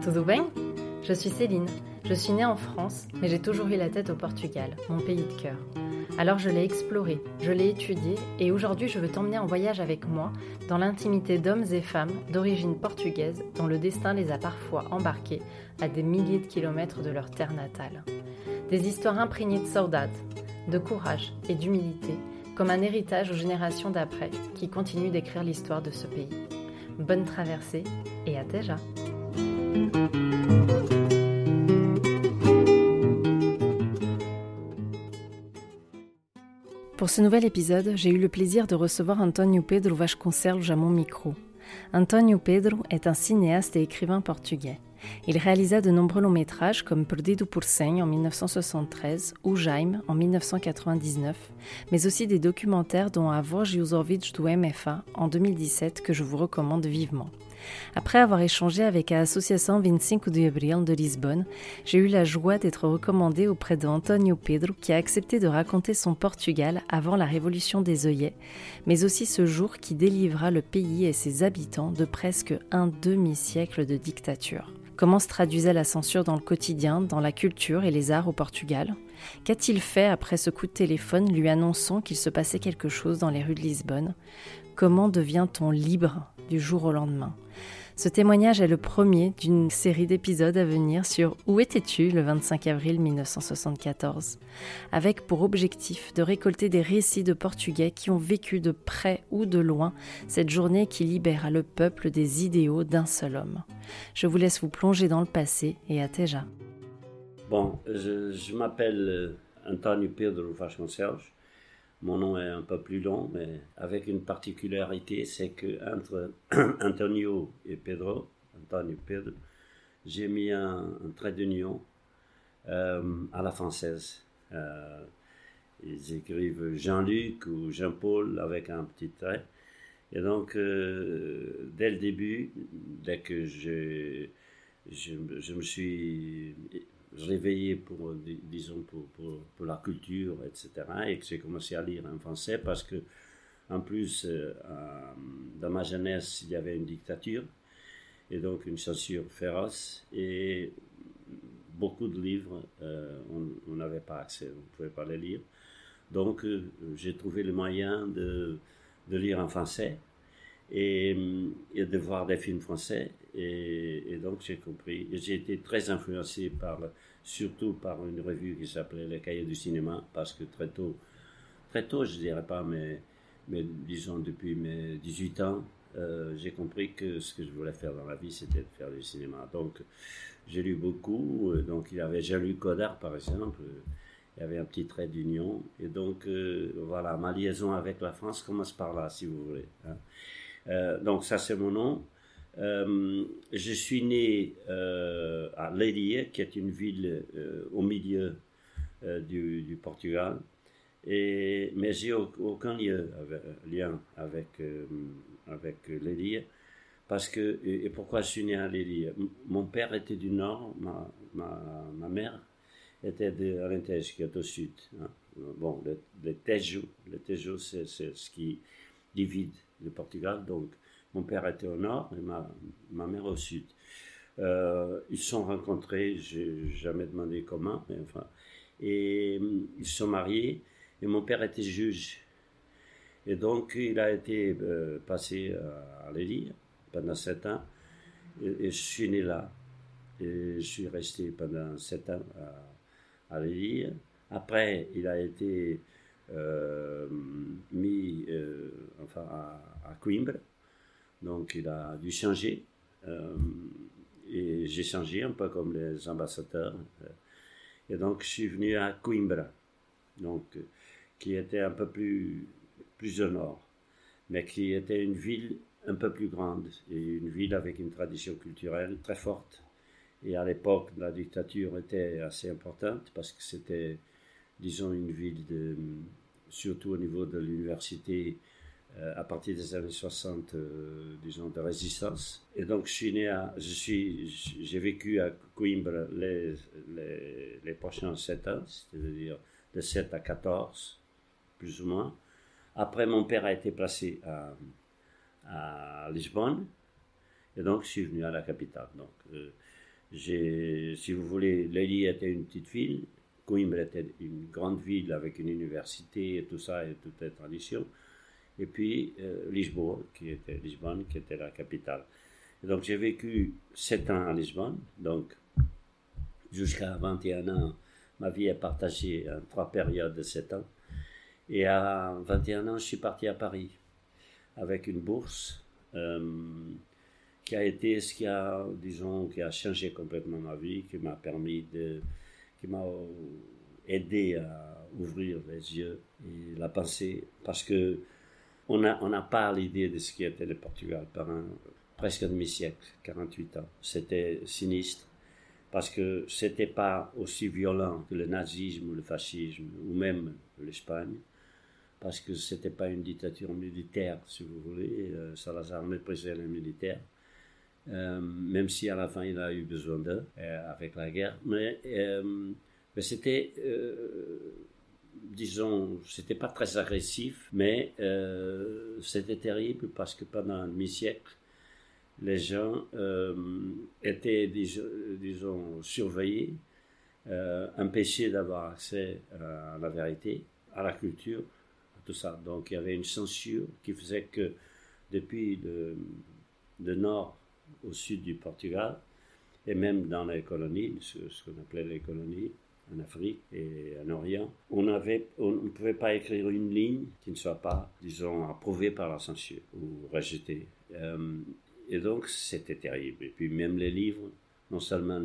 Tudo bem? Je suis Céline. Je suis née en France, mais j'ai toujours eu la tête au Portugal, mon pays de cœur. Alors je l'ai exploré, je l'ai étudié et aujourd'hui je veux t'emmener en voyage avec moi dans l'intimité d'hommes et femmes d'origine portugaise dont le destin les a parfois embarqués à des milliers de kilomètres de leur terre natale. Des histoires imprégnées de saudade, de courage et d'humilité, comme un héritage aux générations d'après qui continuent d'écrire l'histoire de ce pays. Bonne traversée et à déjà. Pour ce nouvel épisode, j'ai eu le plaisir de recevoir António Pedro Vasconcelos à mon micro. António Pedro est un cinéaste et écrivain portugais. Il réalisa de nombreux longs-métrages comme Perdido por Cem en 1973 ou Jaime en 1999, mais aussi des documentaires dont A Voz e os Ouvidos do MFA en 2017 que je vous recommande vivement. Après avoir échangé avec l'Association 25 de Abril de Lisbonne, j'ai eu la joie d'être recommandée auprès de António Pedro qui a accepté de raconter son Portugal avant la Révolution des œillets, mais aussi ce jour qui délivra le pays et ses habitants de presque un demi-siècle de dictature. Comment se traduisait la censure dans le quotidien, dans la culture et les arts au Portugal ? Qu'a-t-il fait après ce coup de téléphone lui annonçant qu'il se passait quelque chose dans les rues de Lisbonne ? Comment devient-on libre du jour au lendemain ? Ce témoignage est le premier d'une série d'épisodes à venir sur Où étais-tu le 25 avril 1974 ? Avec pour objectif de récolter des récits de Portugais qui ont vécu de près ou de loin cette journée qui libéra le peuple des idéaux d'un seul homme. Je vous laisse vous plonger dans le passé et até já. Bon, je m'appelle António Pedro Vasconcelos. Mon nom est un peu plus long, mais avec une particularité, c'est que entre Antonio et Pedro, António Pedro, j'ai mis un trait d'union à la française. Ils écrivent Jean-Luc ou Jean-Paul avec un petit trait. Et donc, dès le début, dès que je me suis réveillé pour la culture, etc., et que j'ai commencé à lire en français parce que, en plus, dans ma jeunesse, il y avait une dictature et donc une censure féroce et beaucoup de livres, on n'avait pas accès, on ne pouvait pas les lire. Donc, j'ai trouvé le moyen de lire en français et de voir des films français. Et donc, j'ai compris. Et j'ai été très influencé surtout par une revue qui s'appelait Les Cahiers du cinéma, parce que très tôt, je dirais pas, mais disons depuis mes 18 ans, j'ai compris que ce que je voulais faire dans la vie, c'était de faire du cinéma. Donc, j'ai lu beaucoup. Donc, il y avait Jean-Luc Godard, par exemple. Il y avait un petit trait d'union. Et donc, voilà, ma liaison avec la France commence par là, si vous voulez. Donc, ça, c'est mon nom. Je suis né à Leiria, qui est une ville au milieu du Portugal, mais j'ai aucun lien avec Leiria, parce que, et pourquoi je suis né à Leiria ? Mon père était du nord, ma mère était de Alentejo, qui est au sud. Bon, le Tejo, c'est ce qui divide le Portugal, donc mon père était au nord et ma mère au sud. Ils se sont rencontrés, j'ai jamais demandé comment, mais enfin, et ils se sont mariés. Et mon père était juge. Et donc, il a été passé à Leiria pendant 7 ans. Et je suis né là. Et je suis resté pendant 7 ans à Leiria. Après, il a été mis à Coimbra. Donc, il a dû changer. Et j'ai changé un peu comme les ambassadeurs. Et donc, je suis venu à Coimbra, donc, qui était un peu plus au nord, mais qui était une ville un peu plus grande et une ville avec une tradition culturelle très forte. Et à l'époque, la dictature était assez importante parce que c'était, disons, une ville surtout au niveau de l'université, à partir des années 60, disons, de résistance. Et donc, j'ai vécu à Coimbra les prochains 7 ans, c'est-à-dire de 7 à 14, plus ou moins. Après, mon père a été placé à Lisbonne, et donc je suis venu à la capitale. Donc, Si vous voulez, Lely était une petite ville, Coimbra était une grande ville avec une université et tout ça, et toutes les traditions. Et puis Lisbonne, qui était la capitale. Et donc j'ai vécu 7 ans à Lisbonne, donc jusqu'à 21 ans, ma vie est partagée en 3 périodes de 7 ans. Et à 21 ans, je suis parti à Paris avec une bourse qui a été ce qui a, disons, qui a changé complètement ma vie, qui m'a aidé à ouvrir les yeux et la pensée, parce que on n'a pas l'idée de ce qui était le Portugal pendant presque un demi-siècle, 48 ans. C'était sinistre, parce que c'était pas aussi violent que le nazisme ou le fascisme, ou même l'Espagne, parce que c'était pas une dictature militaire, si vous voulez. Salazar méprisait les militaires, même si à la fin il a eu besoin d'eux avec la guerre. Mais c'était, disons, c'était pas très agressif, mais c'était terrible parce que pendant un demi-siècle, les gens étaient, disons, surveillés, empêchés d'avoir accès à la vérité, à la culture, à tout ça. Donc il y avait une censure qui faisait que depuis le nord au sud du Portugal, et même dans les colonies, ce qu'on appelait les colonies, en Afrique et en Orient, on ne pouvait pas écrire une ligne qui ne soit pas, disons, approuvée par la censure ou rejetée. Et donc, c'était terrible. Et puis, même les livres, non seulement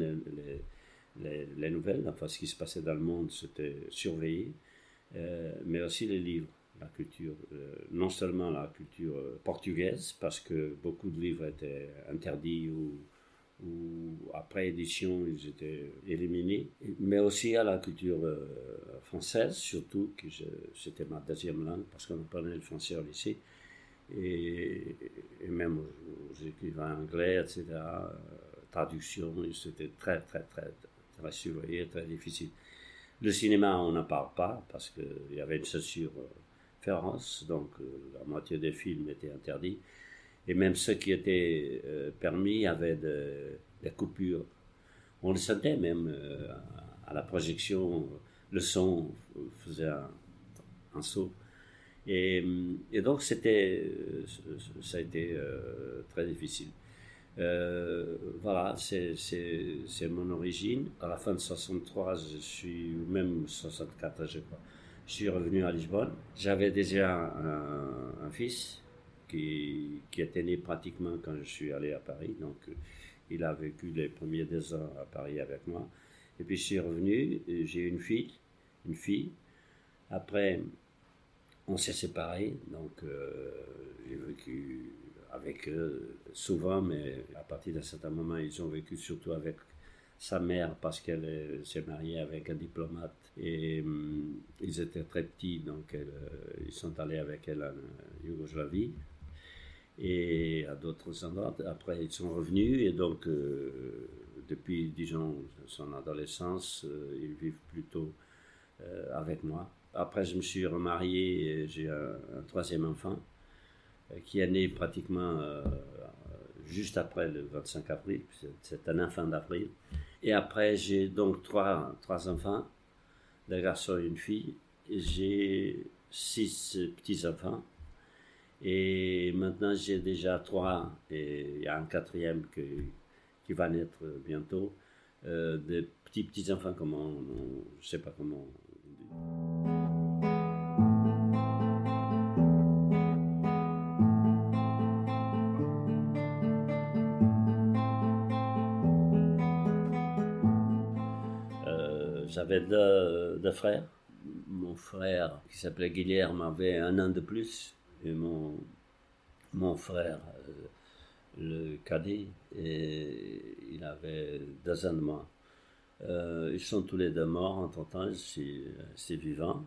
les nouvelles, enfin, ce qui se passait dans le monde, c'était surveillé, mais aussi les livres, la culture. Non seulement la culture portugaise, parce que beaucoup de livres étaient interdits ou après édition, ils étaient éliminés, mais aussi à la culture française, surtout, que c'était ma deuxième langue, parce qu'on apprenait le français au lycée, et même aux écrivains anglais, etc., traduction, c'était très, très, très, très surveillé, très difficile. Le cinéma, on n'en parle pas, parce qu'il y avait une censure féroce, donc la moitié des films étaient interdits. Et même ceux qui étaient permis avaient des coupures. On le sentait même à la projection, le son faisait un saut. Et donc ça a été très difficile. Voilà, c'est mon origine. À la fin de 63, ou même 64, je crois, je suis revenu à Lisbonne. J'avais déjà un fils qui était né pratiquement quand je suis allé à Paris. Donc, il a vécu les premiers 2 ans à Paris avec moi. Et puis, je suis revenu, j'ai une fille. Après, on s'est séparés. Donc, j'ai vécu avec eux souvent, mais à partir d'un certain moment, ils ont vécu surtout avec sa mère parce qu'elle s'est mariée avec un diplomate et ils étaient très petits, donc ils sont allés avec elle en Yougoslavie et à d'autres endroits. Après, ils sont revenus et donc depuis, disons, son adolescence, ils vivent plutôt avec moi. Après, je me suis remarié et j'ai un troisième enfant qui est né pratiquement juste après le 25 avril. C'est un enfant d'avril. Et après, j'ai donc trois enfants, 2 garçons et une fille. Et j'ai 6 petits-enfants. Et maintenant, j'ai déjà 3, et il y a un 4e qui va naître bientôt. Des petits-enfants, je ne sais pas comment on dit. J'avais 2 frères. Mon frère, qui s'appelait Guilherme, avait 1 an de plus. Et mon frère, le cadet, il avait 2 ans de moins. Ils sont tous les 2 morts entre-temps. Je suis vivant.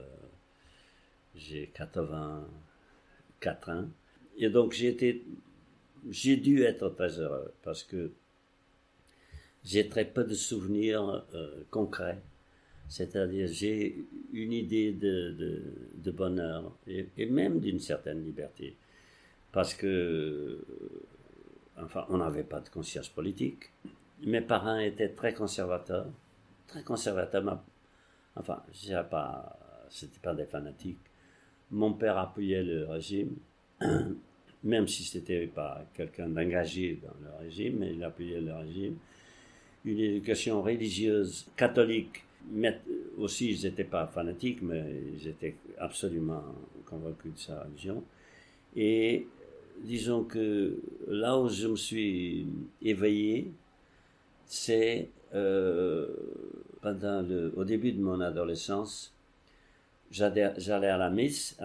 J'ai 84 ans. Et donc j'ai dû être très heureux parce que j'ai très peu de souvenirs concrets. C'est-à-dire, j'ai une idée de bonheur et même d'une certaine liberté. Parce que, enfin, on n'avait pas de conscience politique. mes parents étaient très conservateurs. Très conservateurs. Enfin, je dirais pas, c'était pas des fanatiques. Mon père appuyait le régime, même si c'était pas quelqu'un d'engagé dans le régime, mais il appuyait le régime. Une éducation religieuse catholique, mais aussi ils n'étaient pas fanatiques, mais ils étaient absolument convaincus de sa religion. Et disons que là où je me suis éveillé, c'est au début de mon adolescence. J'allais à la messe,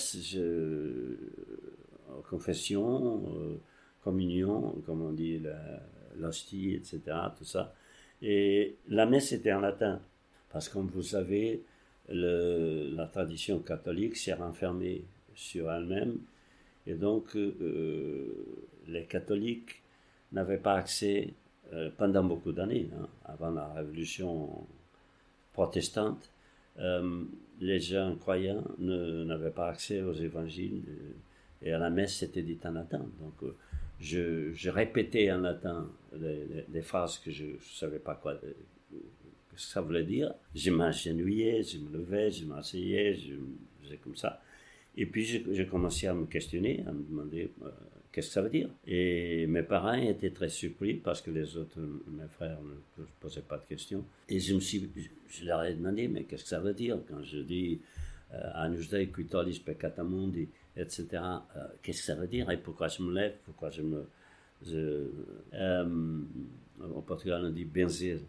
confession, communion, comme on dit, l'hostie, etc., tout ça. Et la messe était en latin, parce que comme vous savez, la tradition catholique s'est renfermée sur elle-même, et donc les catholiques n'avaient pas accès, pendant beaucoup d'années, avant la révolution protestante, les gens croyants n'avaient pas accès aux évangiles, et à la messe c'était dit en latin. Donc je répétais en latin des phrases que je ne savais pas quoi que ça voulait dire. Je m'agenouillais, je me levais, je m'asseyais, je faisais comme ça. Et puis j'ai commencé à me questionner, à me demander qu'est-ce que ça veut dire. Et mes parents étaient très surpris parce que les autres, mes frères, ne posaient pas de questions. Et je leur ai demandé, mais qu'est-ce que ça veut dire quand je dis Agnus Dei qui tollis peccata mundi, etc. Qu'est-ce que ça veut dire et pourquoi je me lève, pourquoi au Portugal on dit benzer,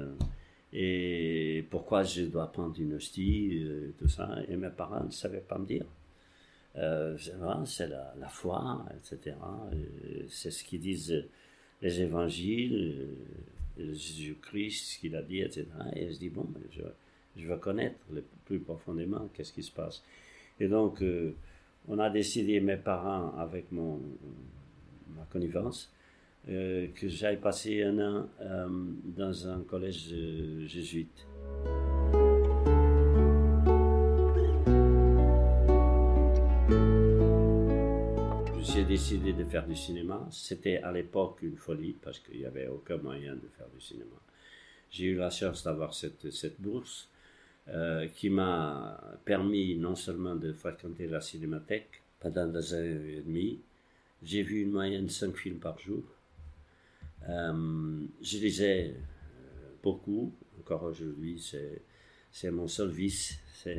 et pourquoi je dois prendre une hostie, tout ça. Et mes parents ne savaient pas me dire. C'est la foi, etc. C'est ce qu'ils disent les évangiles, Jésus-Christ, ce qu'il a dit, etc. Et je dis, bon, je veux connaître plus profondément qu'est-ce qui se passe. Et donc, on a décidé, mes parents, avec ma connivence, que j'aille passer un an dans un collège jésuite. J'ai décidé de faire du cinéma. C'était à l'époque une folie parce qu'il n'y avait aucun moyen de faire du cinéma. J'ai eu la chance d'avoir cette bourse qui m'a permis non seulement de fréquenter la cinémathèque pendant 2 ans et demi. J'ai vu une moyenne de 5 films par jour. Je lisais beaucoup. Encore aujourd'hui, c'est mon seul vice.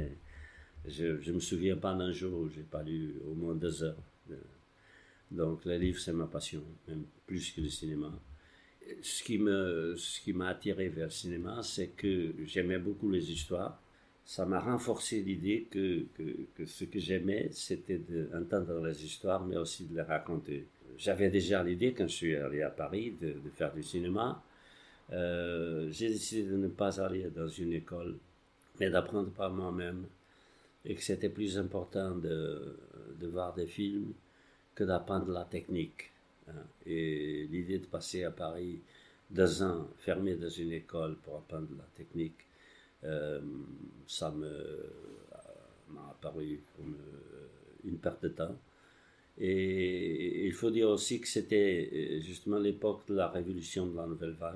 Je me souviens pas d'un jour où j'ai pas lu au moins 2 heures. Donc les livres, c'est ma passion, même plus que le cinéma. Ce qui m'a attiré vers le cinéma, c'est que j'aimais beaucoup les histoires. Ça m'a renforcé l'idée que ce que j'aimais, c'était d'entendre les histoires, mais aussi de les raconter. J'avais déjà l'idée, quand je suis allé à Paris, de faire du cinéma. J'ai décidé de ne pas aller dans une école, mais d'apprendre par moi-même, et que c'était plus important de voir des films que d'apprendre la technique. Et l'idée de passer à Paris 2 ans fermé dans une école pour apprendre la technique, ça m'a apparu comme une perte de temps. Et il faut dire aussi que c'était justement l'époque de la révolution de la nouvelle vague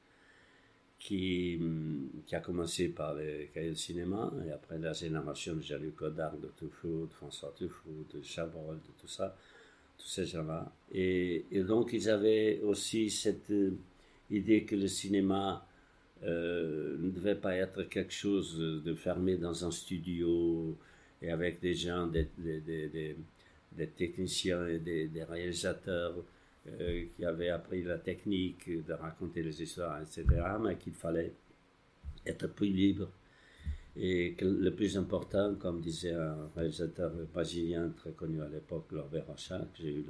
qui a commencé par les cahiers de cinéma, et après la génération de Jean-Luc Godard, de Truffaut, de François Truffaut, de Chabrol, de tout ça, tous ces gens-là. Et donc ils avaient aussi cette idée que le cinéma ne devait pas être quelque chose de fermé dans un studio et avec des gens, des techniciens et des réalisateurs qui avaient appris la technique de raconter les histoires, etc., mais qu'il fallait être plus libre. Et que le plus important, comme disait un réalisateur brésilien très connu à l'époque, Norbert Rocha, que j'ai eu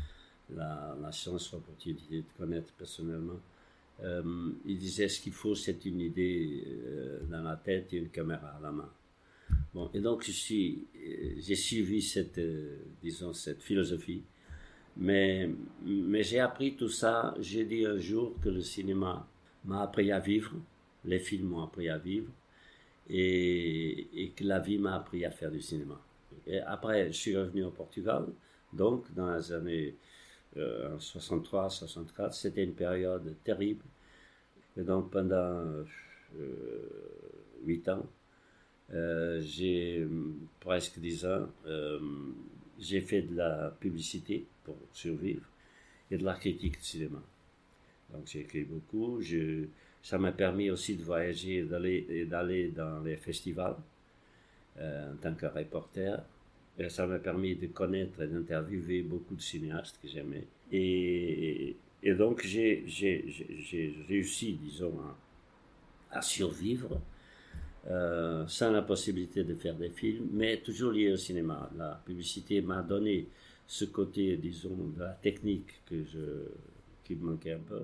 la chance, l'opportunité de connaître personnellement, il disait ce qu'il faut, c'est une idée dans la tête et une caméra à la main. Bon, et donc j'ai suivi cette philosophie, mais j'ai appris tout ça. J'ai dit un jour que le cinéma m'a appris à vivre, les films m'ont appris à vivre, et que la vie m'a appris à faire du cinéma. Et après, je suis revenu au Portugal, donc dans les années 63, 64, c'était une période terrible Et donc pendant 8 ans, j'ai presque 10 ans, j'ai fait de la publicité pour survivre et de la critique de cinéma. Donc j'ai écrit beaucoup. Ça m'a permis aussi de voyager et d'aller dans les festivals en tant que reporter. Et ça m'a permis de connaître et d'interviewer beaucoup de cinéastes que j'aimais. Et donc j'ai réussi, disons, à survivre sans la possibilité de faire des films, mais toujours lié au cinéma. La publicité m'a donné ce côté, disons, de la technique qui me manquait un peu.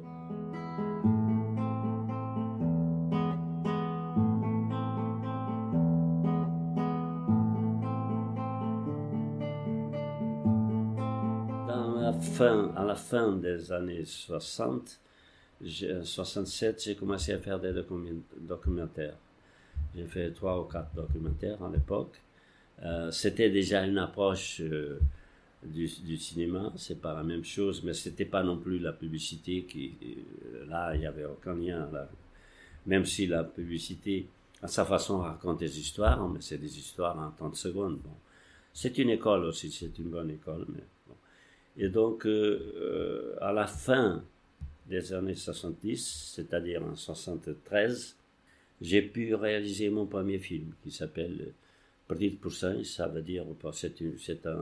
À la fin des années 60, 67, j'ai commencé à faire des documentaires. J'ai fait 3 ou 4 documentaires à l'époque. C'était déjà une approche du cinéma, c'est pas la même chose, mais c'était pas non plus la publicité là, il n'y avait aucun lien. Là. Même si la publicité, à sa façon, raconte des histoires, mais c'est des histoires en 30 secondes. Bon. C'est une école aussi, c'est une bonne école. Mais bon. Et donc, à la fin des années 70, c'est-à-dire en 73, j'ai pu réaliser mon premier film qui s'appelle Perdido por 100. Ça veut dire, c'est une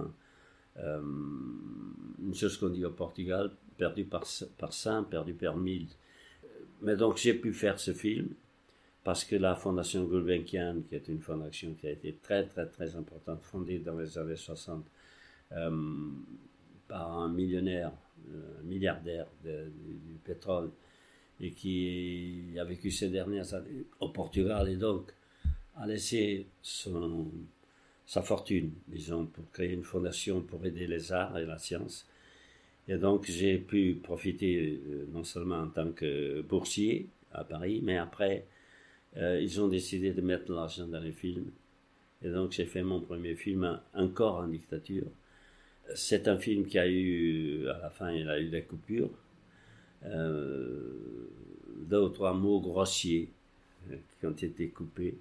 chose qu'on dit au Portugal, perdu par 100, perdu par 1000. Mais donc j'ai pu faire ce film parce que la Fondation Gulbenkian, qui est une fondation qui a été très très très importante, fondée dans les années 60 par un milliardaire du pétrole, et qui a vécu ces dernières années au Portugal, et donc a laissé sa fortune, disons, pour créer une fondation pour aider les arts et la science. Et donc j'ai pu profiter non seulement en tant que boursier à Paris, mais après ils ont décidé de mettre de l'argent dans les films. Et donc j'ai fait mon premier film, encore en dictature. C'est un film qui a eu, à la fin, il a eu des coupures. 2 ou 3 mots grossiers qui ont été coupés.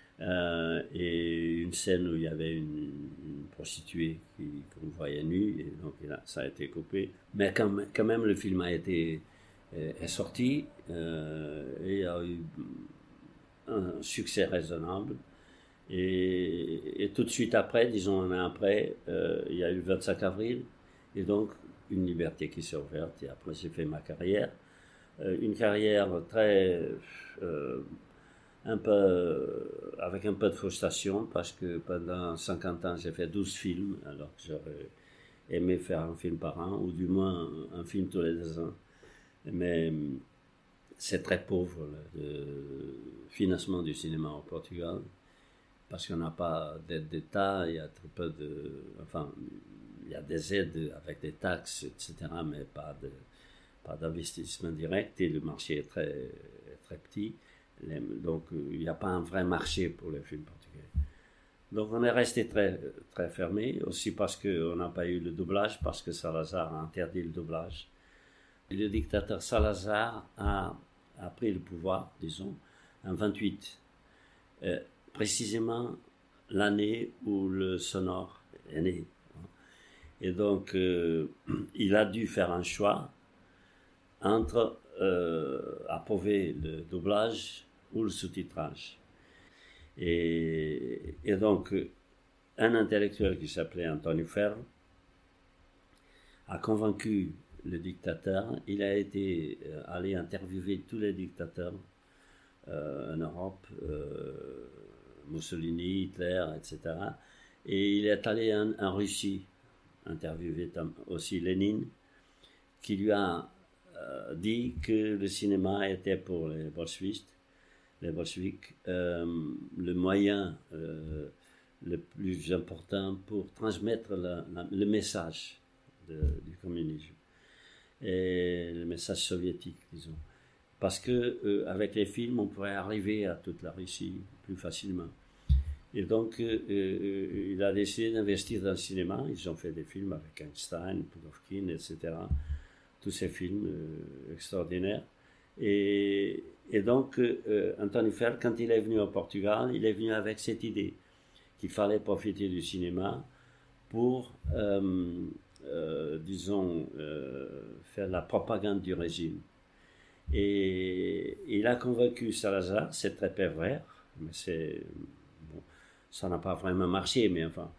Et une scène où il y avait une prostituée qu'on voyait nue, et donc ça a été coupé. Mais quand même le film est sorti et a eu un succès raisonnable. Et tout de suite après, disons un an après, il y a eu le 25 avril, et donc une liberté qui s'est ouverte, et après j'ai fait ma carrière. Une carrière très... avec un peu de frustration, parce que pendant 50 ans j'ai fait 12 films, alors que j'aurais aimé faire un film par an, ou du moins un film tous les 2 ans. Mais c'est très pauvre le financement du cinéma au Portugal, parce qu'on n'a pas d'aide d'État, il y a très peu enfin, il y a des aides avec des taxes, etc., mais pas d'investissement direct, et le marché est très, très petit. Donc il n'y a pas un vrai marché pour les films portugais. Donc on est resté très, très fermé, aussi parce qu'on n'a pas eu le doublage, parce que Salazar a interdit le doublage. Et le dictateur Salazar a pris le pouvoir, disons, en 28, précisément l'année où le sonore est né. Et donc il a dû faire un choix entre approuver le doublage ou le sous-titrage. Et donc, un intellectuel qui s'appelait António Ferro a convaincu le dictateur. Il a été allé interviewer tous les dictateurs en Europe, Mussolini, Hitler, etc. Et il est allé en Russie interviewer aussi Lénine, qui lui a dit que le cinéma était pour les bolcheviks, le moyen le plus important pour transmettre le message du communisme et le message soviétique, disons. Parce que avec les films, on pourrait arriver à toute la Russie plus facilement. Et donc, il a décidé d'investir dans le cinéma. Ils ont fait des films avec Einstein, Pudovkin, etc. Tous ces films extraordinaires. Et donc, António Ferro, quand il est venu au Portugal, il est venu avec cette idée qu'il fallait profiter du cinéma pour, disons, faire la propagande du régime. Et il a convaincu Salazar, c'est très pervers, mais bon, ça n'a pas vraiment marché, mais enfin,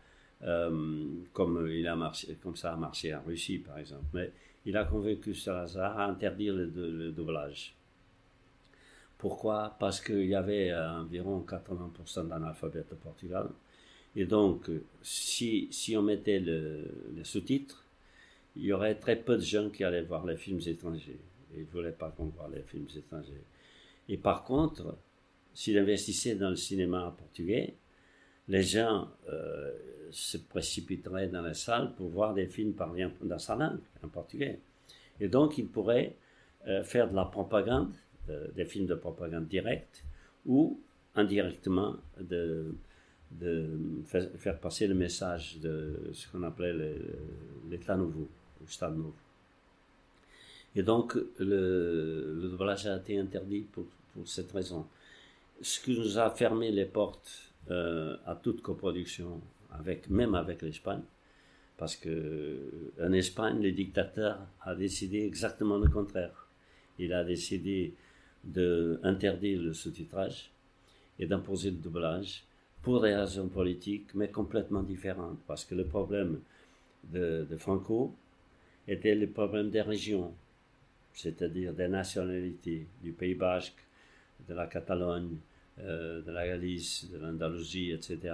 comme ça a marché en Russie, par exemple. Mais il a convaincu Salazar à interdire le doublage. Pourquoi? Parce qu'il y avait environ 80% d'analphabètes au Portugal. Et donc, si on mettait les sous-titres, il y aurait très peu de gens qui allaient voir les films étrangers. Et ils ne voulaient pas qu'on voit les films étrangers. Et par contre, s'il investissait dans le cinéma portugais, les gens se précipiteraient dans les salles pour voir des films parlés dans sa langue, en portugais. Et donc, il pourrait faire de la propagande, des films de propagande directe, ou indirectement de faire passer le message de ce qu'on appelait l'État nouveau, le Stade nouveau. Et donc, le doublage a été interdit pour cette raison. Ce qui nous a fermé les portes à toute coproduction, même avec l'Espagne, parce qu'en Espagne, le dictateur a décidé exactement le contraire. Il a décidé d'interdire le sous-titrage et d'imposer le doublage pour des raisons politiques, mais complètement différentes, parce que le problème de Franco était le problème des régions, c'est-à-dire des nationalités, du Pays Basque, de la Catalogne, de la Galice, de l'Andalousie, etc.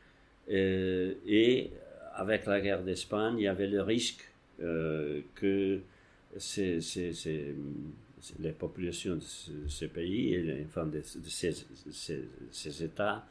Et avec la guerre d'Espagne, il y avait le risque que les populations de ces pays, de ces États,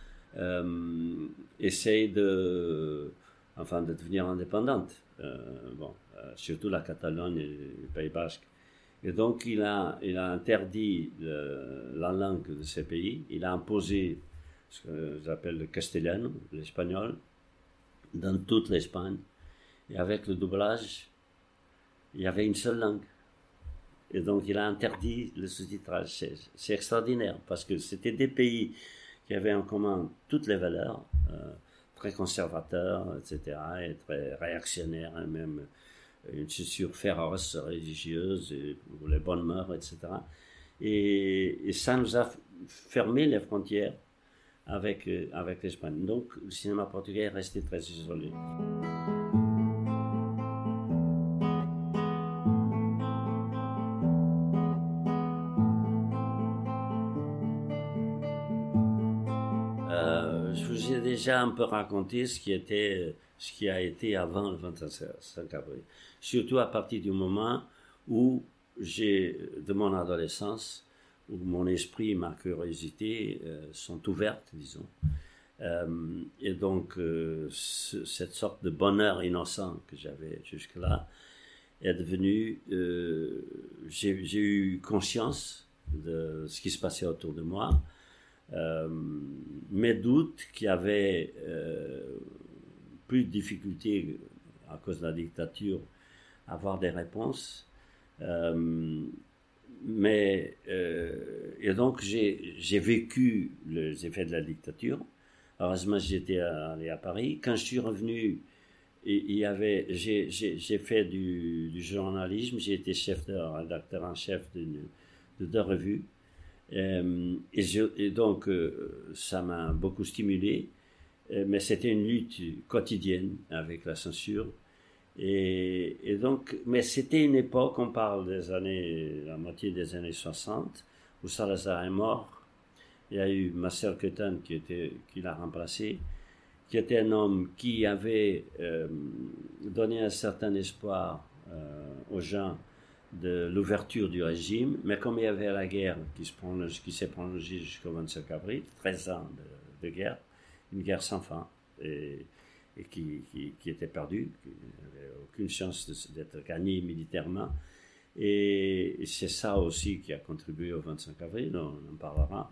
essayent de devenir indépendantes. Surtout la Catalogne et le Pays Basque. Et donc, il a interdit la langue de ces pays. Il a imposé ce que j'appelle le castellano, l'espagnol, dans toute l'Espagne. Et avec le doublage, il y avait une seule langue. Et donc, il a interdit le sous-titrage. C'est extraordinaire, parce que c'était des pays qui avaient en commun toutes les valeurs, très conservateurs, etc., et très réactionnaires, et même une culture féroce, religieuse, pour les bonnes mœurs, etc. Et ça nous a fermé les frontières avec l'Espagne. Donc, le cinéma portugais est resté très isolé. Je vous ai déjà un peu raconté ce qui a été avant le 25 avril. Surtout à partir du moment où de mon adolescence, où mon esprit et ma curiosité sont ouvertes, disons. Et donc, cette sorte de bonheur innocent que j'avais jusque-là est devenu... j'ai eu conscience de ce qui se passait autour de moi. Mes doutes qui avaient plus de difficultés à cause de la dictature à avoir des réponses. Et donc j'ai vécu les effets de la dictature. Heureusement, j'étais allé à Paris. Quand je suis revenu, j'ai fait du journalisme. J'ai été rédacteur en chef de 2 revues. Et donc, ça m'a beaucoup stimulé, mais c'était une lutte quotidienne avec la censure. Et donc, mais c'était une époque, on parle la moitié des années 60, où Salazar est mort. Il y a eu Marcel Quetan qui l'a remplacé, qui était un homme qui avait donné un certain espoir aux gens de l'ouverture du régime, mais comme il y avait la guerre qui s'est prolongée jusqu'au 25 avril, 13 ans de guerre, une guerre sans fin, et qui était perdue, qui n'avait aucune chance d'être gagnée militairement. Et c'est ça aussi qui a contribué au 25 avril, on en parlera.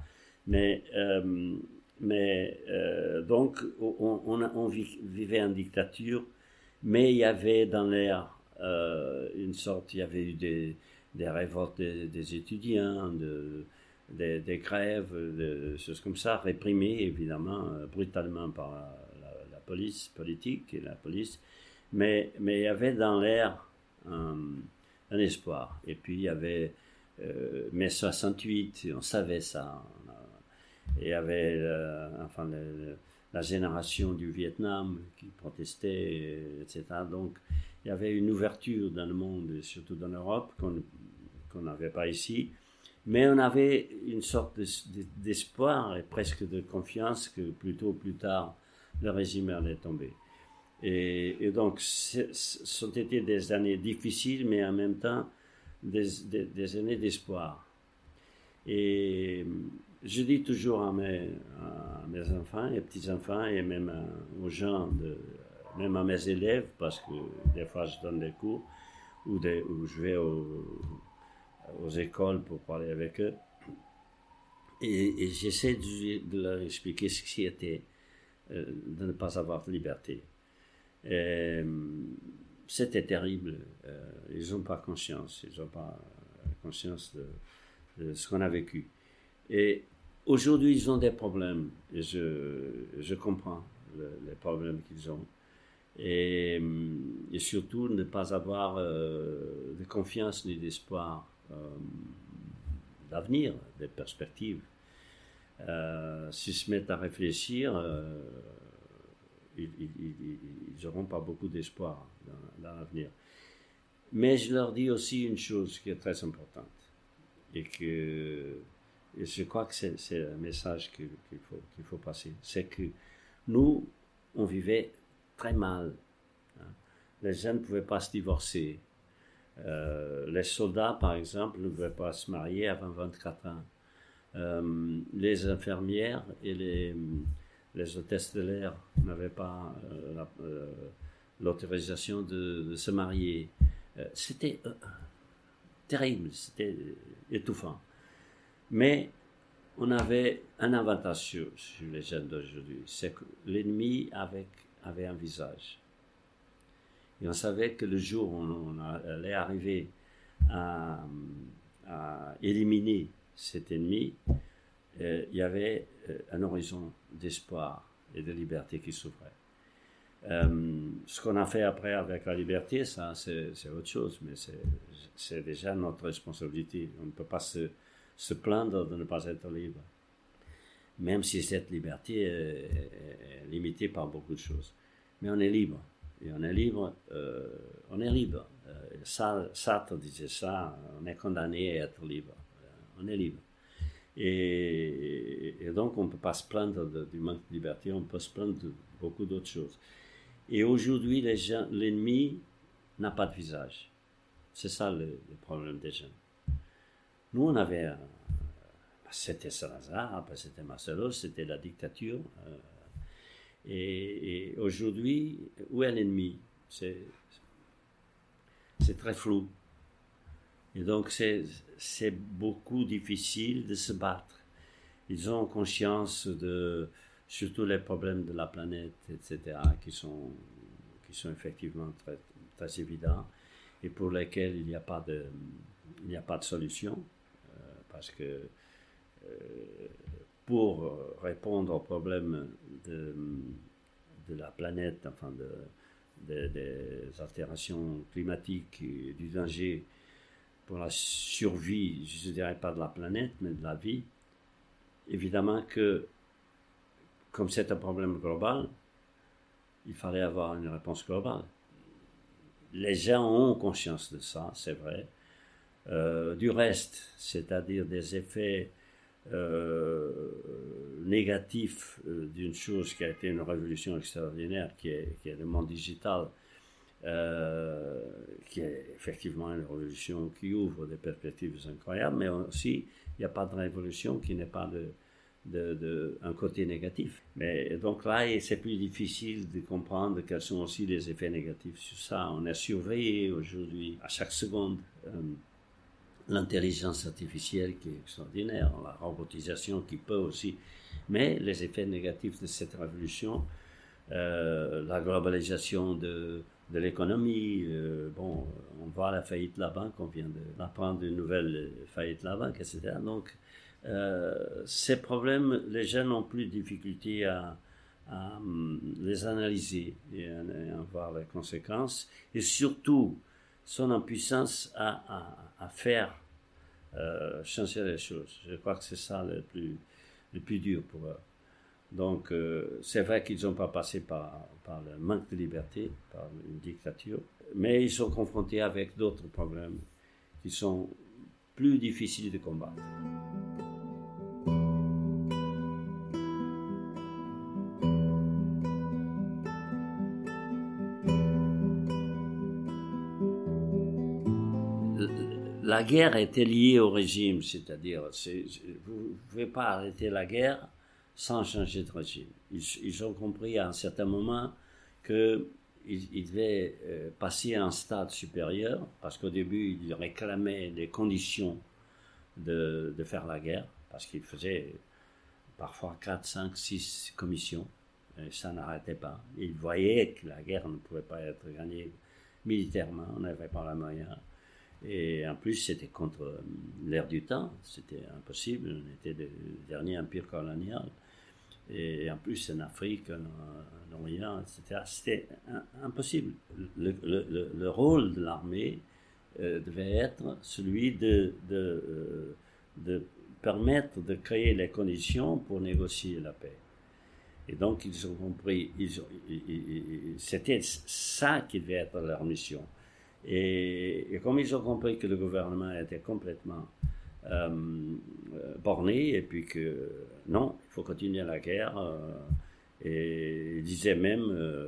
Donc, on vivait en dictature, mais il y avait dans l'air il y avait eu des révoltes des étudiants, des grèves, des choses comme ça, réprimées évidemment brutalement par la police politique et la police. Mais il y avait dans l'air un espoir. Et puis il y avait mai 68, on savait ça. Et il y avait la génération du Vietnam qui protestait, etc. Donc il y avait une ouverture dans le monde, et surtout dans l'Europe, qu'on n'avait pas ici. Mais on avait une sorte d'espoir et presque de confiance que plus tôt ou plus tard, le régime allait tomber. Et donc, ce sont été des années difficiles, mais en même temps, des années d'espoir. Et je dis toujours à mes enfants et petits-enfants, et même aux gens, même à mes élèves, parce que des fois je donne des cours, ou je vais aux écoles pour parler avec eux, et j'essaie de leur expliquer ce qui était de ne pas avoir de liberté. C'était terrible. Ils n'ont pas conscience. Ils n'ont pas conscience de ce qu'on a vécu. Et aujourd'hui, ils ont des problèmes. Et je comprends les problèmes qu'ils ont. Et surtout, ne pas avoir de confiance ni d'espoir d'avenir, des perspectives. S'ils se mettent à réfléchir, ils n'auront pas beaucoup d'espoir dans l'avenir. Mais je leur dis aussi une chose qui est très importante, et je crois que c'est un message qu'il faut passer, c'est que nous, on vivait très mal. Les gens ne pouvaient pas se divorcer. Les soldats, par exemple, ne pouvaient pas se marier avant 24 ans. Les infirmières et les hôtesses de l'air n'avaient pas l'autorisation de se marier. C'était terrible, c'était étouffant. Mais on avait un avantage sur les jeunes d'aujourd'hui, c'est que l'ennemi avait un visage. Et on savait que le jour où on allait arriver à éliminer cet ennemi, il y avait un horizon d'espoir et de liberté qui s'ouvrait. Ce qu'on a fait après avec la liberté, ça c'est autre chose, mais c'est déjà notre responsabilité. On ne peut pas se plaindre de ne pas être libre, même si cette liberté est limitée par beaucoup de choses. Mais on est libre, et on est libre, Sartre disait ça, on est condamné à être libre, on est libre. Et donc on ne peut pas se plaindre du manque de liberté, on peut se plaindre de beaucoup d'autres choses. Et aujourd'hui, l'ennemi n'a pas de visage. C'est ça le problème des jeunes. Nous, on avait... c'était Salazar, c'était Marcelo, c'était la dictature. Et aujourd'hui, où est l'ennemi? C'est très flou. Et donc, c'est beaucoup difficile de se battre. Ils ont conscience de surtout les problèmes de la planète, etc., qui sont effectivement très, très évidents et pour lesquels il n'y a pas de solution, parce que pour répondre aux problèmes de la planète, enfin des altérations climatiques et du danger pour la survie, je ne dirais pas de la planète, mais de la vie, évidemment que, comme c'est un problème global, il fallait avoir une réponse globale. Les gens ont conscience de ça, c'est vrai. Du reste, c'est-à-dire des effets négatifs d'une chose qui a été une révolution extraordinaire, qui est le monde digital, qui est effectivement une révolution qui ouvre des perspectives incroyables, mais aussi il n'y a pas de révolution qui n'ait pas un côté négatif. Mais donc là, c'est plus difficile de comprendre quels sont aussi les effets négatifs sur ça. On est surveillé aujourd'hui à chaque seconde. L'intelligence artificielle qui est extraordinaire, la robotisation qui peut aussi, mais les effets négatifs de cette révolution, la globalisation de de l'économie. Bon, on voit la faillite de la banque, on vient d'apprendre une nouvelle faillite de la banque, etc. Donc, ces problèmes, les jeunes ont plus de difficulté à les analyser et à voir les conséquences, et surtout son impuissance à faire changer les choses. Je crois que c'est ça le plus dur pour eux. Donc, c'est vrai qu'ils n'ont pas passé par le manque de liberté, par une dictature, mais ils sont confrontés avec d'autres problèmes qui sont plus difficiles de combattre. La guerre était liée au régime, c'est-à-dire vous ne pouvez pas arrêter la guerre sans changer de régime. Ils ont compris à un certain moment qu'ils devaient passer à un stade supérieur, parce qu'au début, ils réclamaient des conditions de faire la guerre, parce qu'ils faisaient parfois 4, 5, 6 commissions, et ça n'arrêtait pas. Ils voyaient que la guerre ne pouvait pas être gagnée militairement, on n'avait pas la moyen. Et en plus, c'était contre l'ère du temps, c'était impossible, on était le dernier empire colonial. Et en plus, en Afrique, en Orient, etc., c'était impossible. Le rôle de l'armée devait être celui de permettre de créer les conditions pour négocier la paix. Et donc, ils ont compris, c'était ça qui devait être leur mission. Et comme ils ont compris que le gouvernement était complètement borné, et puis que non, il faut continuer la guerre, et ils disaient même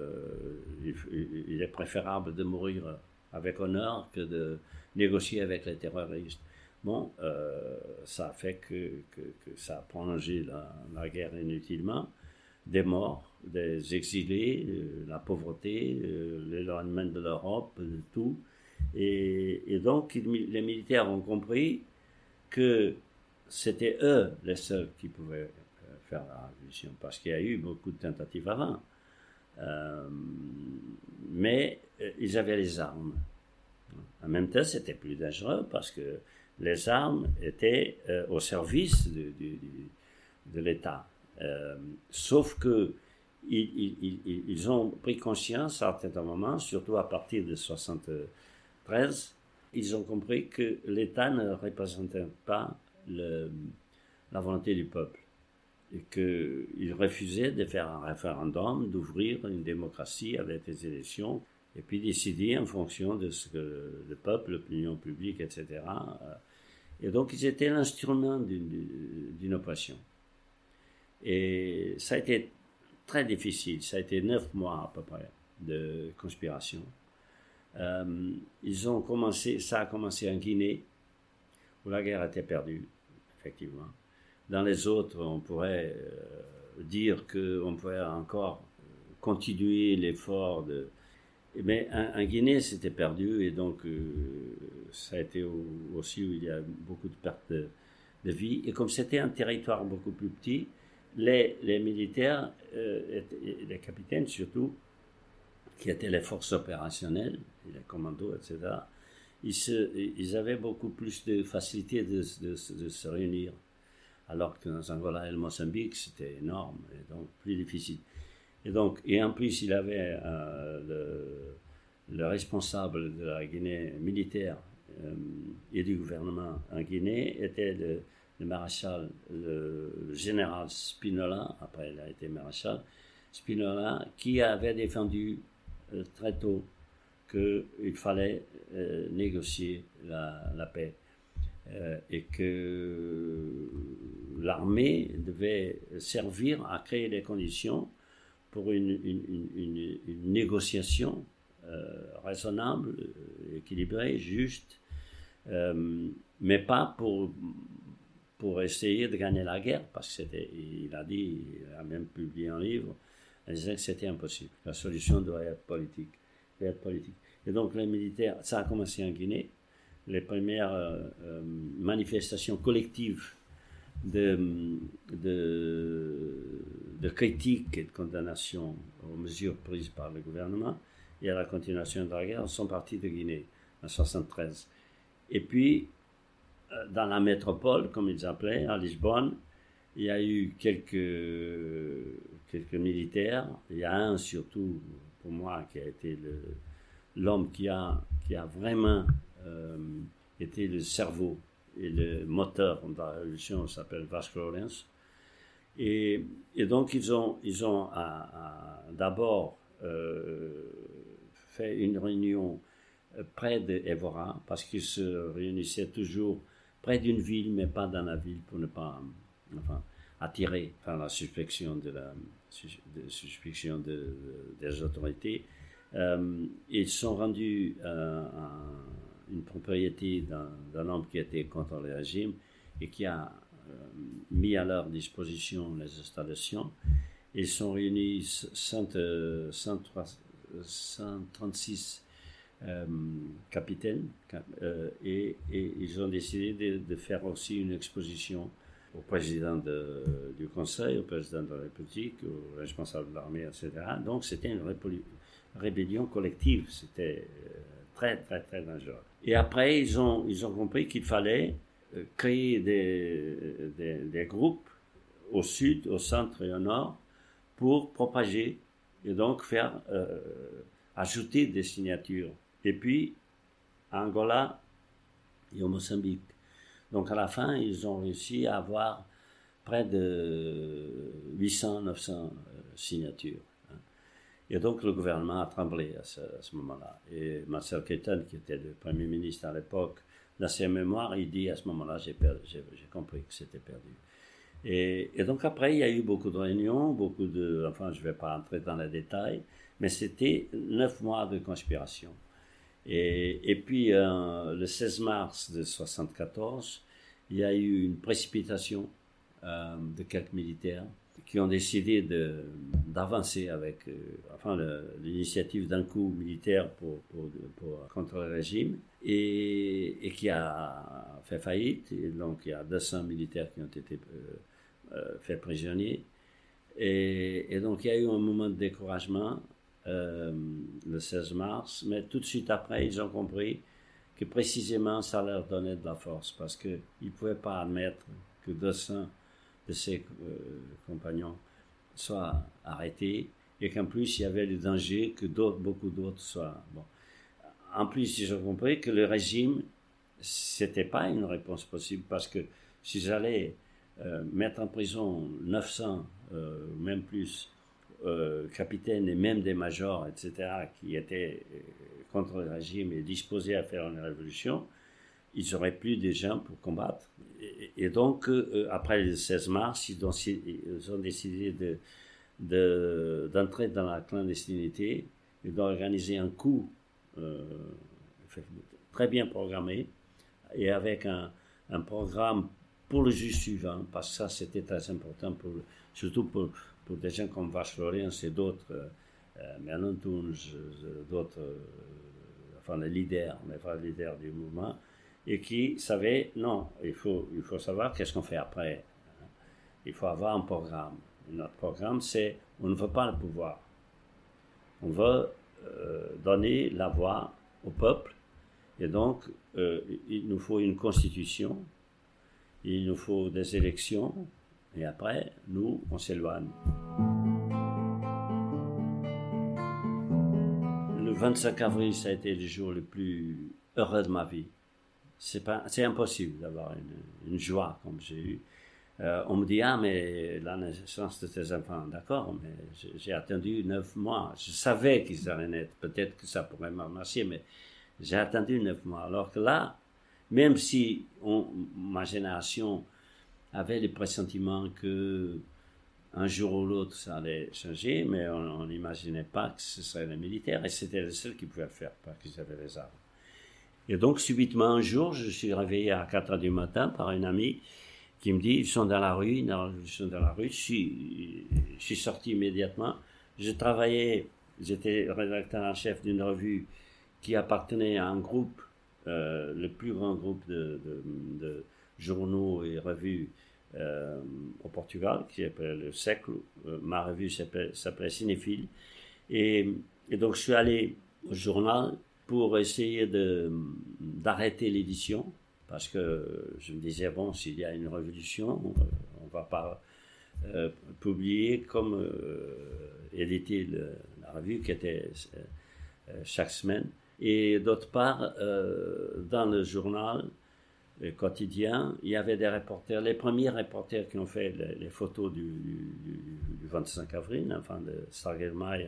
il est préférable de mourir avec honneur que de négocier avec les terroristes. Bon, ça a fait que ça a prolongé la guerre inutilement, des morts, des exilés, la pauvreté, l'éloignement de l'Europe, tout. Et donc, les militaires ont compris que c'était eux les seuls qui pouvaient faire la révolution, parce qu'il y a eu beaucoup de tentatives avant. Mais ils avaient les armes. En même temps, c'était plus dangereux, parce que les armes étaient au service de l'État. Sauf que ils ont pris conscience à un certain moment, surtout à partir de 1973, ils ont compris que l'État ne représentait pas la volonté du peuple, et qu'ils refusaient de faire un référendum, d'ouvrir une démocratie avec des élections, et puis décider en fonction de ce que le peuple, l'opinion publique, etc. Et donc ils étaient l'instrument d'une oppression. Et ça a été très difficile, ça a été 9 mois à peu près de conspiration. Ça a commencé en Guinée, où la guerre était perdue, effectivement. Dans les autres, on pourrait dire qu'on pouvait encore continuer l'effort mais en Guinée, c'était perdu, et donc ça a été aussi où il y a beaucoup de pertes de vie. Et comme c'était un territoire beaucoup plus petit, les militaires, les capitaines surtout, qui étaient les forces opérationnelles, les commandos, etc., ils avaient beaucoup plus de facilité de se réunir. Alors que dans Angola et le Mozambique, c'était énorme, et donc plus difficile. Et en plus, il avait le responsable de la Guinée militaire et du gouvernement en Guinée était le maréchal, le général Spinola, après il a été maréchal, Spinola, qui avait défendu très tôt qu'il fallait négocier la paix, et que l'armée devait servir à créer les conditions pour une négociation raisonnable, équilibrée, juste, mais pas pour essayer de gagner la guerre, parce il a même publié un livre, il disait que c'était impossible. La solution doit être politique. Et donc les militaires, ça a commencé en Guinée, les premières manifestations collectives de critique et de condamnation aux mesures prises par le gouvernement, et à la continuation de la guerre, sont partis de Guinée en 1973. Et puis, dans la métropole, comme ils appelaient, à Lisbonne, il y a eu quelques militaires. Il y a un surtout, pour moi, qui a été l'homme qui a vraiment été le cerveau et le moteur de la révolution, s'appelle Vasco Lourenço. Et donc ils ont d'abord fait une réunion près d'Evora, parce qu'ils se réunissaient toujours près d'une ville, mais pas dans la ville, pour ne pas attirer la suspicion des autorités. Ils sont rendus à une propriété d'un homme qui était contre le régime et qui a mis à leur disposition les installations. Ils sont réunis 136 capitaines et ils ont décidé de faire aussi une exposition au président du Conseil, au président de la République, au responsable de l'armée, etc. Donc c'était une rébellion collective, c'était très très très dangereux. Et après ils ont compris qu'il fallait créer des groupes au sud, au centre et au nord pour propager et donc faire ajouter des signatures. Et puis à Angola et au Mozambique. Donc à la fin, ils ont réussi à avoir près de 800-900 signatures. Et donc le gouvernement a tremblé à ce moment-là. Et Marcel Keïta, qui était le Premier ministre à l'époque, dans ses mémoires, il dit à ce moment-là, j'ai compris que c'était perdu. Et donc après, il y a eu beaucoup de réunions, je ne vais pas entrer dans les détails, mais c'était 9 mois de conspiration. Et puis, le 16 mars de 1974, il y a eu une précipitation de quelques militaires qui ont décidé d'avancer avec l'initiative d'un coup militaire contre le régime et qui a fait faillite. Et donc, il y a 200 militaires qui ont été faits prisonniers. Et donc, il y a eu un moment de découragement le 16 mars, mais tout de suite après, ils ont compris que précisément ça leur donnait de la force parce qu'ils ne pouvaient pas admettre que 200 de ses compagnons soient arrêtés et qu'en plus il y avait le danger que beaucoup d'autres soient. Bon. En plus, ils ont compris que le régime, c'était pas une réponse possible parce que s'ils allaient mettre en prison 900, même plus, capitaines et même des majors, etc., qui étaient contre le régime et disposés à faire une révolution, ils n'auraient plus de gens pour combattre. Et donc, après le 16 mars, ils ont décidé d'entrer dans la clandestinité et d'organiser un coup très bien programmé et avec un programme pour le jour suivant, parce que ça c'était très important, surtout pour des gens comme Vasco Lourenço et d'autres, Merlin Tunge, d'autres, les leaders du mouvement, et qui savaient, non, il faut savoir qu'est-ce qu'on fait après. Il faut avoir un programme. Et notre programme, c'est, on ne veut pas le pouvoir. On veut donner la voix au peuple, et donc il nous faut une constitution, il nous faut des élections, et après, nous, on s'éloigne. Le 25 avril, ça a été le jour le plus heureux de ma vie. C'est impossible d'avoir une joie comme j'ai eu. On me dit, mais la naissance de tes enfants, d'accord, mais j'ai attendu 9 mois. Je savais qu'ils allaient naître. Peut-être que ça pourrait m'amasser, mais j'ai attendu 9 mois. Alors que là, même si ma génération avait le pressentiment que un jour ou l'autre ça allait changer, mais on n'imaginait pas que ce serait les militaires, et c'était les seuls qui pouvaient le faire, parce qu'ils avaient les armes. Et donc, subitement, un jour, je suis réveillé à 4 heures du matin par une amie qui me dit, ils sont dans la rue, je suis sorti immédiatement. J'étais rédacteur en chef d'une revue qui appartenait à un groupe, le plus grand groupe de journaux et revues au Portugal, qui s'appelle Le Século. Ma revue s'appelait Cinéphile. Et donc, je suis allé au journal pour essayer d'arrêter l'édition, parce que je me disais, bon, s'il y a une révolution, on ne va pas publier comme éditer la revue qui était chaque semaine. Et d'autre part, dans le journal quotidien, il y avait des reporters, les premiers reporters qui ont fait les photos du 25 avril, enfin de Stargelmeier,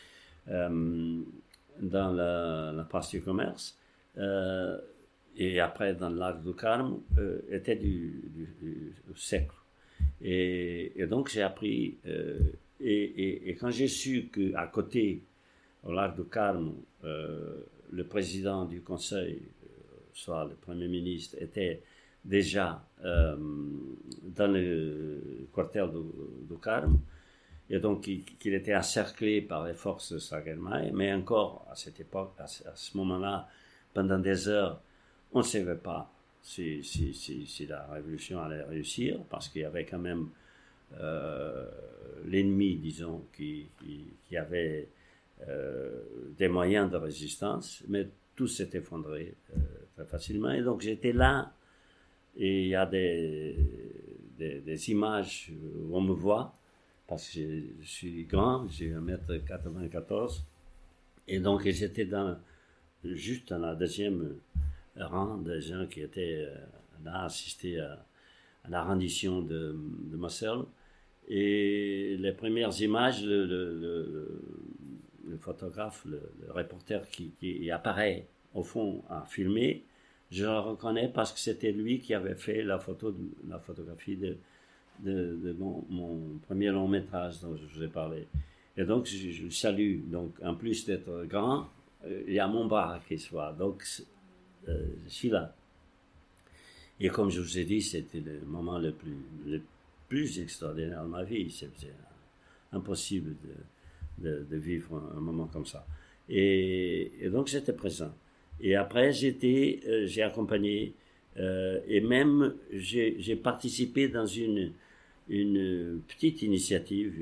dans la place du commerce, et après dans l'Arc du Carme, était du siècle. Et donc j'ai appris, et quand j'ai su qu'à côté, au Lac du Carme, le président du conseil, soit le premier ministre, était déjà dans le quartier du Carme, et donc qu'il était encerclé par les forces de Stargelmeier, mais encore à cette époque, à ce moment-là, pendant des heures, on ne savait pas si la révolution allait réussir, parce qu'il y avait quand même l'ennemi, disons, qui avait des moyens de résistance, mais tout s'est effondré très facilement. Et donc j'étais là, et il y a des images où on me voit, parce que je suis grand, j'ai 1m94, et donc j'étais juste dans la deuxième rang des gens qui étaient là, assistés à la rendition de Marcel. Et les premières images, le photographe, le reporter qui apparaît au fond à filmer, je le reconnais parce que c'était lui qui avait fait la photographie de mon premier long métrage dont je vous ai parlé. Et donc je le salue. Donc en plus d'être grand, il y a mon bras qui se voit. Donc je suis là. Et comme je vous ai dit, c'était le moment le plus extraordinaire de ma vie. C'était impossible de vivre un moment comme ça. Et donc j'étais présent. Et après j'ai accompagné et même j'ai participé dans une petite initiative,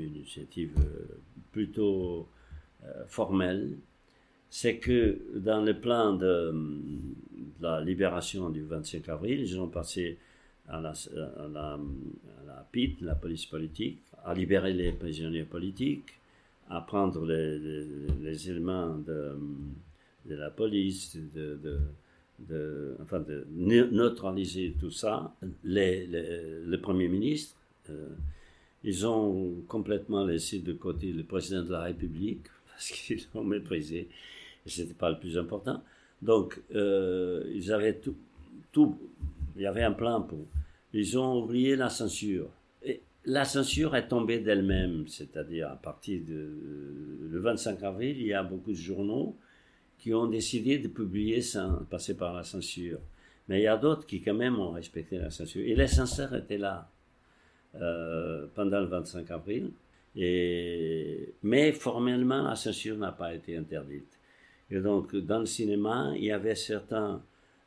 plutôt formelle. C'est que dans le plan de la libération du 25 avril, ils ont passé à la PIT, la police politique, à libérer les prisonniers politiques, à prendre les éléments de la police, enfin de neutraliser tout ça. Le Premier ministre, ils ont complètement laissé de côté le président de la République parce qu'ils l'ont méprisé. Et ce n'était pas le plus important. Donc, ils avaient tout. Il y avait un plan pour. Ils ont oublié la censure. Et la censure est tombée d'elle-même, c'est-à-dire à partir le 25 avril, il y a beaucoup de journaux qui ont décidé de publier sans passer par la censure. Mais il y a d'autres qui quand même ont respecté la censure. Et les censeurs étaient là pendant le 25 avril. Mais formellement, la censure n'a pas été interdite. Et donc, dans le cinéma, il y avait certaines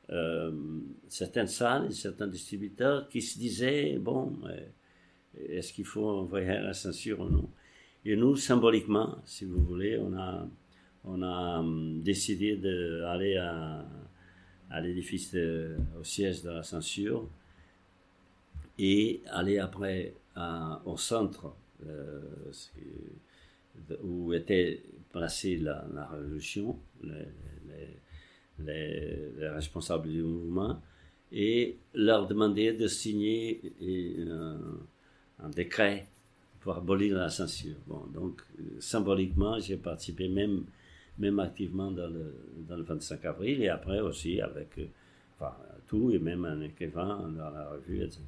salles et certains distributeurs qui se disaient, bon, est-ce qu'il faut envoyer la censure ou non? Et nous, symboliquement, si vous voulez, on a décidé d'aller à l'édifice, au siège de la censure, et aller après au centre où était placée la révolution, les responsables du mouvement, et leur demander de signer un décret pour abolir la censure. Bon, donc, symboliquement, j'ai participé même activement dans le 25 avril, et après aussi avec tout, et même un écrivain dans la revue, etc.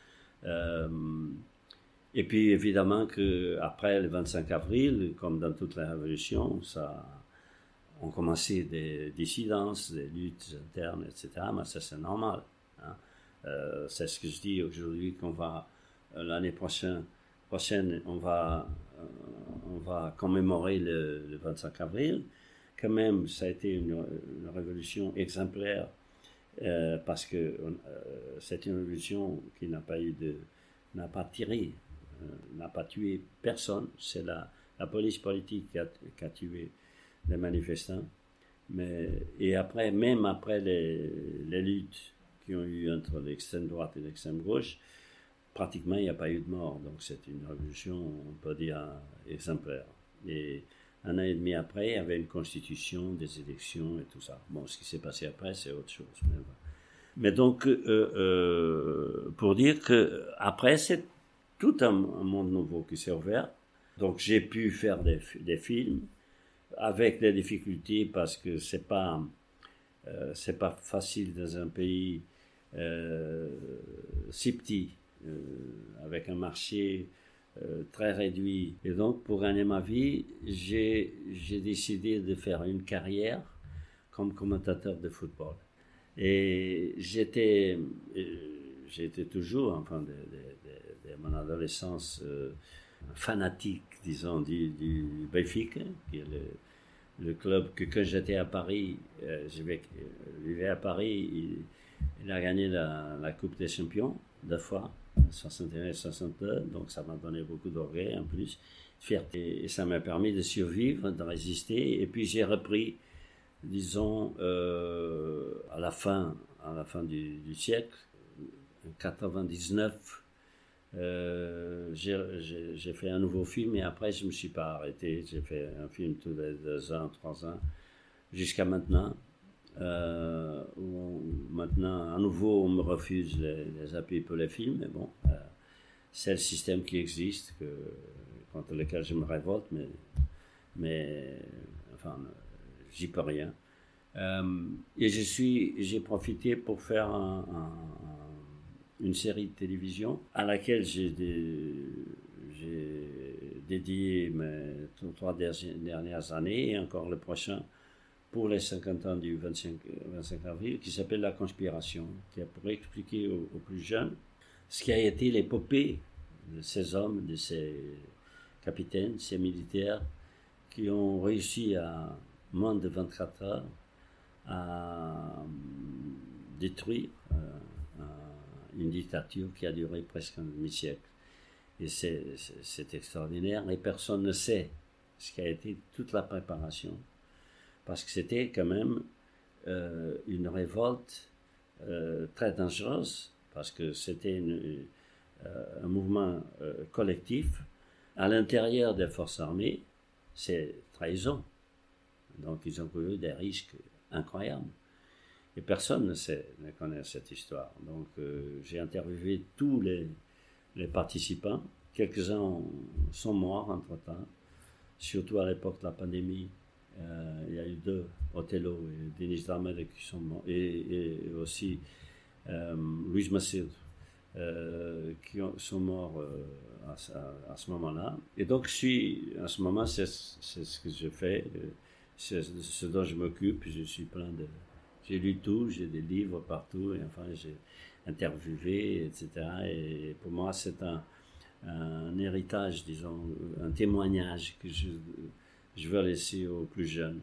Et puis évidemment qu'après le 25 avril, comme dans toute la révolution, ont commencé des dissidences, des luttes internes, etc. Mais ça, c'est normal. Hein. C'est ce que je dis aujourd'hui, qu'on va, l'année prochaine, on va commémorer le 25 avril. Quand même, ça a été une révolution exemplaire, parce que c'est une révolution qui n'a pas tiré, n'a pas tué personne. C'est la police politique qui a tué les manifestants. Et après, même après les luttes qui ont eu entre l'extrême droite et l'extrême gauche, pratiquement il n'y a pas eu de mort. Donc c'est une révolution, on peut dire, exemplaire. Et un an et demi après, il y avait une constitution, des élections et tout ça. Bon, ce qui s'est passé après, c'est autre chose. Mais donc, pour dire que après, c'est tout un monde nouveau qui s'est ouvert. Donc j'ai pu faire des films avec des difficultés parce que c'est pas facile dans un pays si petit, avec un marché très réduit. Et donc pour gagner ma vie, j'ai décidé de faire une carrière comme commentateur de football. Et j'étais toujours, enfin, de mon adolescence, fanatique, disons, du Benfica, qui est le club que quand j'étais à Paris, je vivais à Paris, il a gagné la Coupe des Champions 2 fois, 61 et 62, donc ça m'a donné beaucoup d'orgueil en plus, fierté, et ça m'a permis de survivre, de résister, et puis j'ai repris, disons, à la fin du siècle, en 99, j'ai fait un nouveau film et après je me suis pas arrêté. J'ai fait un film tous les 2 ans, 3 ans, jusqu'à maintenant. Où maintenant, à nouveau, on me refuse les appuis pour les films, mais bon, c'est le système qui existe, contre lequel je me révolte, mais enfin, j'y peux rien. Et j'ai profité pour faire une série de télévision à laquelle j'ai dédié mes 3 dernières années et encore le prochain pour les 50 ans du 25 avril, qui s'appelle La Conspiration, qui a pour expliquer aux plus jeunes ce qui a été l'épopée de ces hommes, de ces capitaines, ces militaires qui ont réussi à moins de 24 heures à détruire une dictature qui a duré presque un demi-siècle. Et c'est extraordinaire, et personne ne sait ce qui a été toute la préparation, parce que c'était quand même une révolte très dangereuse, parce que c'était un mouvement collectif. À l'intérieur des forces armées, c'est trahison. Donc ils ont couru des risques incroyables. Et personne ne connaît cette histoire. Donc j'ai interviewé tous les participants. Quelques-uns sont morts entre-temps, surtout à l'époque de la pandémie. Il y a eu 2, Othello et Denis Darmede, qui sont morts, et aussi Luis Macedo, qui sont morts à ce moment-là. Et donc en ce moment, c'est ce que je fais, c'est ce dont je m'occupe. Je suis j'ai lu tout, j'ai des livres partout, et enfin j'ai interviewé, etc. Et pour moi, c'est un héritage, disons, un témoignage que je veux laisser aux plus jeunes,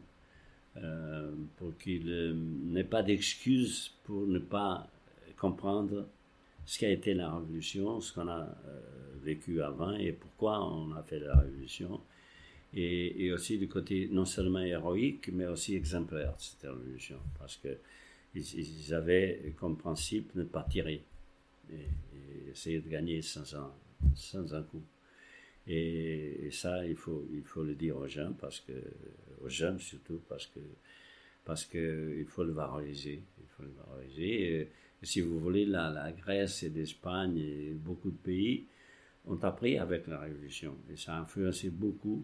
pour qu'ils n'aient pas d'excuses pour ne pas comprendre ce qu'a été la révolution, ce qu'on a vécu avant et pourquoi on a fait la révolution. Et aussi du côté non seulement héroïque, mais aussi exemplaire de cette révolution, parce qu'ils avaient comme principe ne pas tirer et essayer de gagner sans un coup. Et ça, il faut le dire aux jeunes, aux jeunes surtout, parce que il faut le valoriser. Et si vous voulez, la Grèce et l'Espagne et beaucoup de pays ont appris avec la Révolution, et ça a influencé beaucoup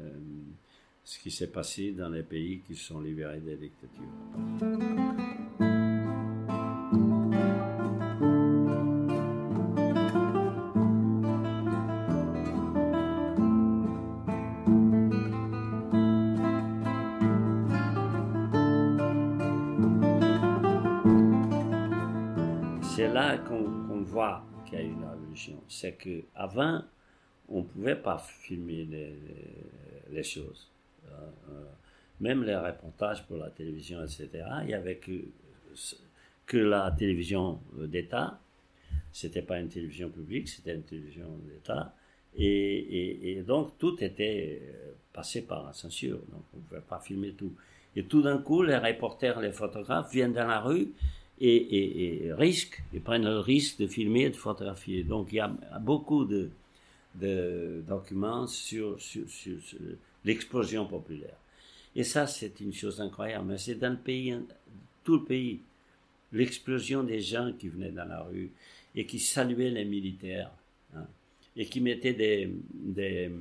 ce qui s'est passé dans les pays qui se sont libérés des dictatures. C'est là qu'on voit qu'il y a eu la révolution. C'est qu'avant, on ne pouvait pas filmer les choses. Même les reportages pour la télévision, etc., il n'y avait que la télévision d'État. Ce n'était pas une télévision publique, c'était une télévision d'État. Et donc, tout était passé par la censure. Donc, on ne pouvait pas filmer tout. Et tout d'un coup, les reporters, les photographes viennent dans la rue et ils prennent le risque de filmer et de photographier. Donc il y a beaucoup de documents sur l'explosion populaire. Et ça, c'est une chose incroyable. Mais c'est dans le pays, tout le pays, l'explosion des gens qui venaient dans la rue et qui saluaient les militaires, hein, et qui mettaient des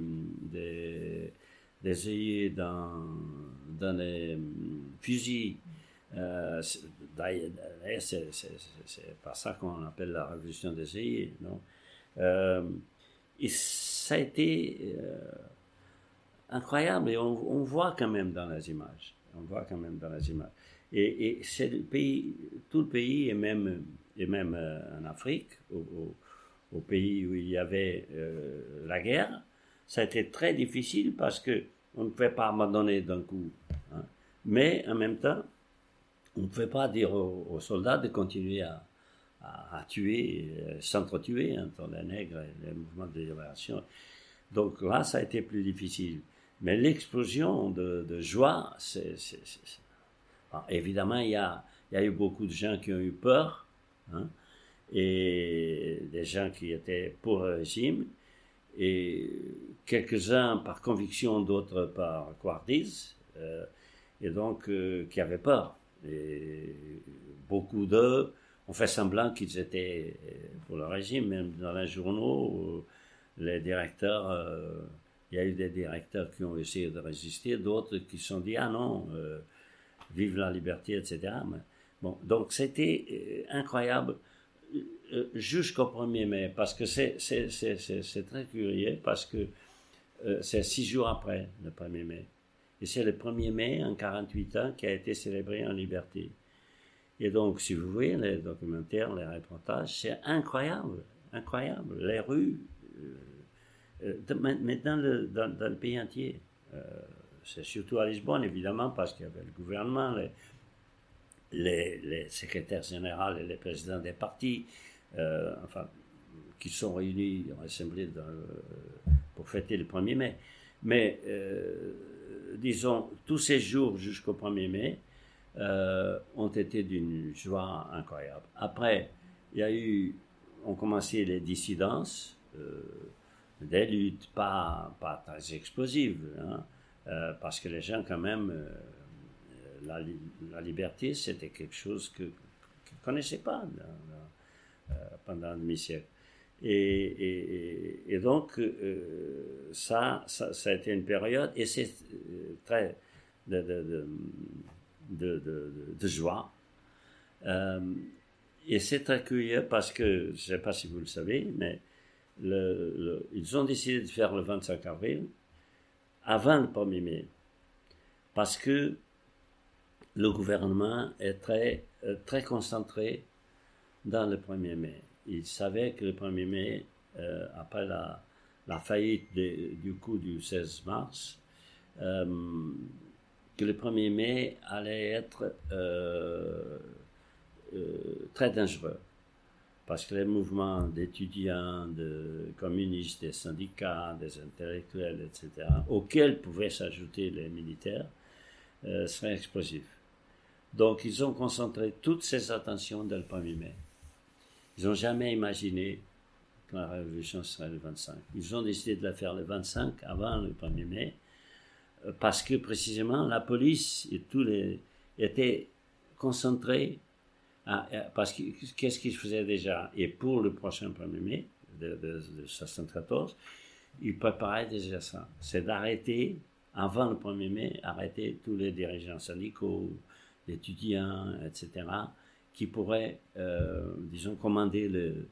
œillets dans les fusils. D'ailleurs, c'est pas ça qu'on appelle la révolution des œillets, non? Et ça a été incroyable, et on voit quand même dans les images. On voit quand même dans les images. Et c'est le pays, tout le pays, et même en Afrique, au pays où il y avait la guerre, ça a été très difficile parce que on ne pouvait pas abandonner d'un coup, hein. Mais en même temps, on ne pouvait pas dire aux soldats de continuer à tuer, s'entretuer entre les nègres et les mouvements de libération. Donc là, ça a été plus difficile. Mais l'explosion de joie, bon, évidemment, il y a eu beaucoup de gens qui ont eu peur, hein, et des gens qui étaient pour le régime, et quelques-uns par conviction, d'autres par couardise, et donc qui avaient peur. Et beaucoup d'eux ont fait semblant qu'ils étaient pour le régime, même dans les journaux, les directeurs, il y a eu des directeurs qui ont essayé de résister, d'autres qui se sont dit « Ah non, vive la liberté, etc. » Mais, bon, donc c'était incroyable jusqu'au 1er mai, parce que c'est très curieux, parce que c'est 6 jours après le 1er mai. Et c'est le 1er mai, en 48 ans, qui a été célébré en liberté. Et donc, si vous voyez les documentaires, les reportages, c'est incroyable, incroyable. Les rues, mais dans le pays entier. C'est surtout à Lisbonne, évidemment, parce qu'il y avait le gouvernement, les secrétaires généraux et les présidents des partis, enfin, qui sont réunis, rassemblés pour fêter le 1er mai. Mais, disons, tous ces jours jusqu'au 1er mai ont été d'une joie incroyable. Après, ont commencé les dissidences, des luttes pas très explosives, hein, parce que les gens, quand même, la liberté, c'était quelque chose qu'ils ne connaissaient pas pendant un demi-siècle. Et donc, ça a été une période, et c'est très de joie. Et c'est très curieux parce que, je ne sais pas si vous le savez, mais ils ont décidé de faire le 25 avril avant le 1er mai, parce que le gouvernement est très concentré dans le 1er mai. Il savait que le 1er mai, après la faillite du coup du 16 mars, que le 1er mai allait être très dangereux. Parce que les mouvements d'étudiants, de communistes, des syndicats, des intellectuels, etc., auxquels pouvaient s'ajouter les militaires, seraient explosifs. Donc ils ont concentré toutes ces attentions dans le 1er mai. Ils n'ont jamais imaginé que la révolution serait le 25. Ils ont décidé de la faire le 25 avant le 1er mai, parce que précisément la police et tous étaient concentrés, parce que qu'est-ce qu'ils faisaient déjà? Et pour le prochain 1er mai de 1974, ils préparaient déjà ça. C'est d'arrêter, avant le 1er mai, arrêter tous les dirigeants syndicaux, étudiants, etc., qui pourraient, disons, commander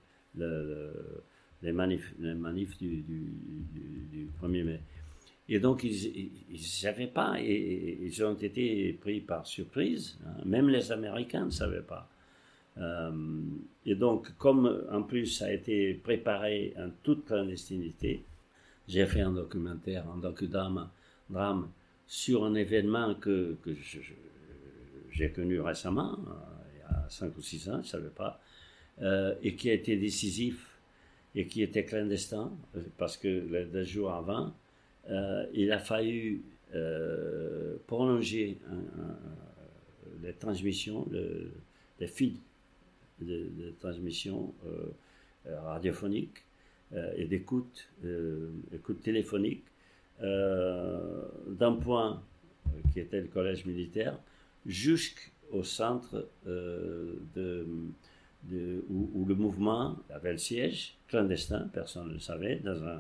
les manifs du 1er mai. Et donc, ils ne savaient pas, et ils ont été pris par surprise, hein. Même les Américains ne savaient pas. Et donc, comme en plus ça a été préparé en toute clandestinité, j'ai fait un documentaire, un docudrame sur un événement que j'ai connu récemment, il y a 5 ou 6 ans, je ne savais pas, et qui a été décisif et qui était clandestin, parce que les 2 jours avant, il a fallu prolonger les transmissions, les fils de transmission radiophonique et d'écoute téléphonique d'un point qui était le collège militaire jusqu'au centre où le mouvement avait le siège, clandestin, personne ne le savait, dans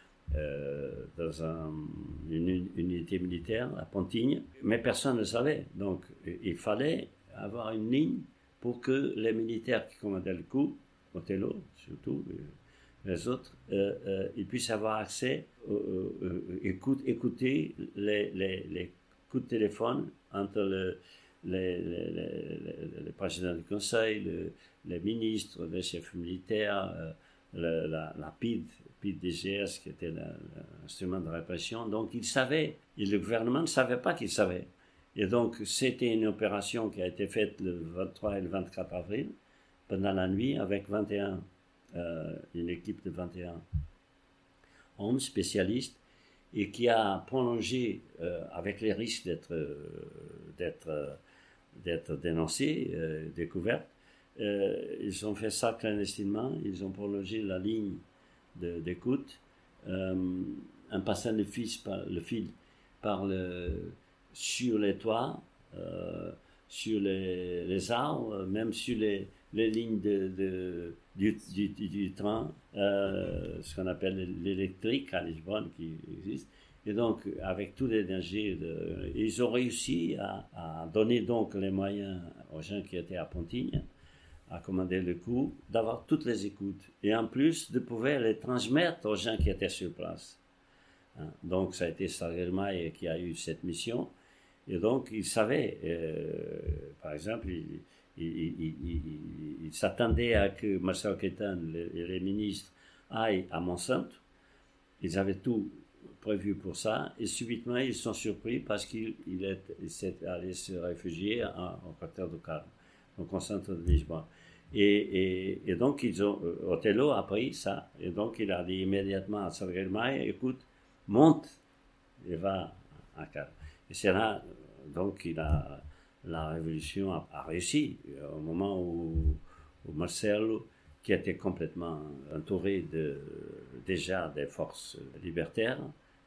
une unité militaire à Pontigne, mais personne ne le savait. Donc il fallait avoir une ligne pour que les militaires qui commandaient le coup, Othello surtout, les autres, ils puissent avoir accès, écouter les coups de téléphone entre le président du conseil, les ministres, les chefs militaires, la PID-DGS qui était l'instrument de répression. Donc ils savaient, et le gouvernement ne savait pas qu'ils savaient. Et donc c'était une opération qui a été faite le 23 et le 24 avril, pendant la nuit, avec une équipe de 21 hommes spécialistes, et qui a prolongé, avec les risques d'être dénoncés, découverts. Ils ont fait ça clandestinement, ils ont prolongé la ligne d'écoute en passant le fil sur les toits, sur les arbres, même sur les lignes du train, ce qu'on appelle l'électrique à Lisbonne qui existe. Et donc, avec tous les dangers, ils ont réussi à donner donc les moyens aux gens qui étaient à Pontigne, à commander le coup, d'avoir toutes les écoutes. Et en plus, de pouvoir les transmettre aux gens qui étaient sur place. Donc, ça a été Salgueiro qui a eu cette mission. Et donc, il savait, par exemple, il s'attendait à que Marcel Caetano et les ministres aillent à Monsanto. Ils avaient tout prévu pour ça, et subitement, ils sont surpris parce qu'il s'est allé se réfugier au quartier do Carmo, au centre de Lisbonne. Et donc, Othello a pris ça, et donc il a dit immédiatement à Salgueiro Maia, écoute, monte et va à Carmo. Et c'est là, donc, la révolution a réussi, au moment où Marcelo, qui était complètement entouré déjà des forces libertaires,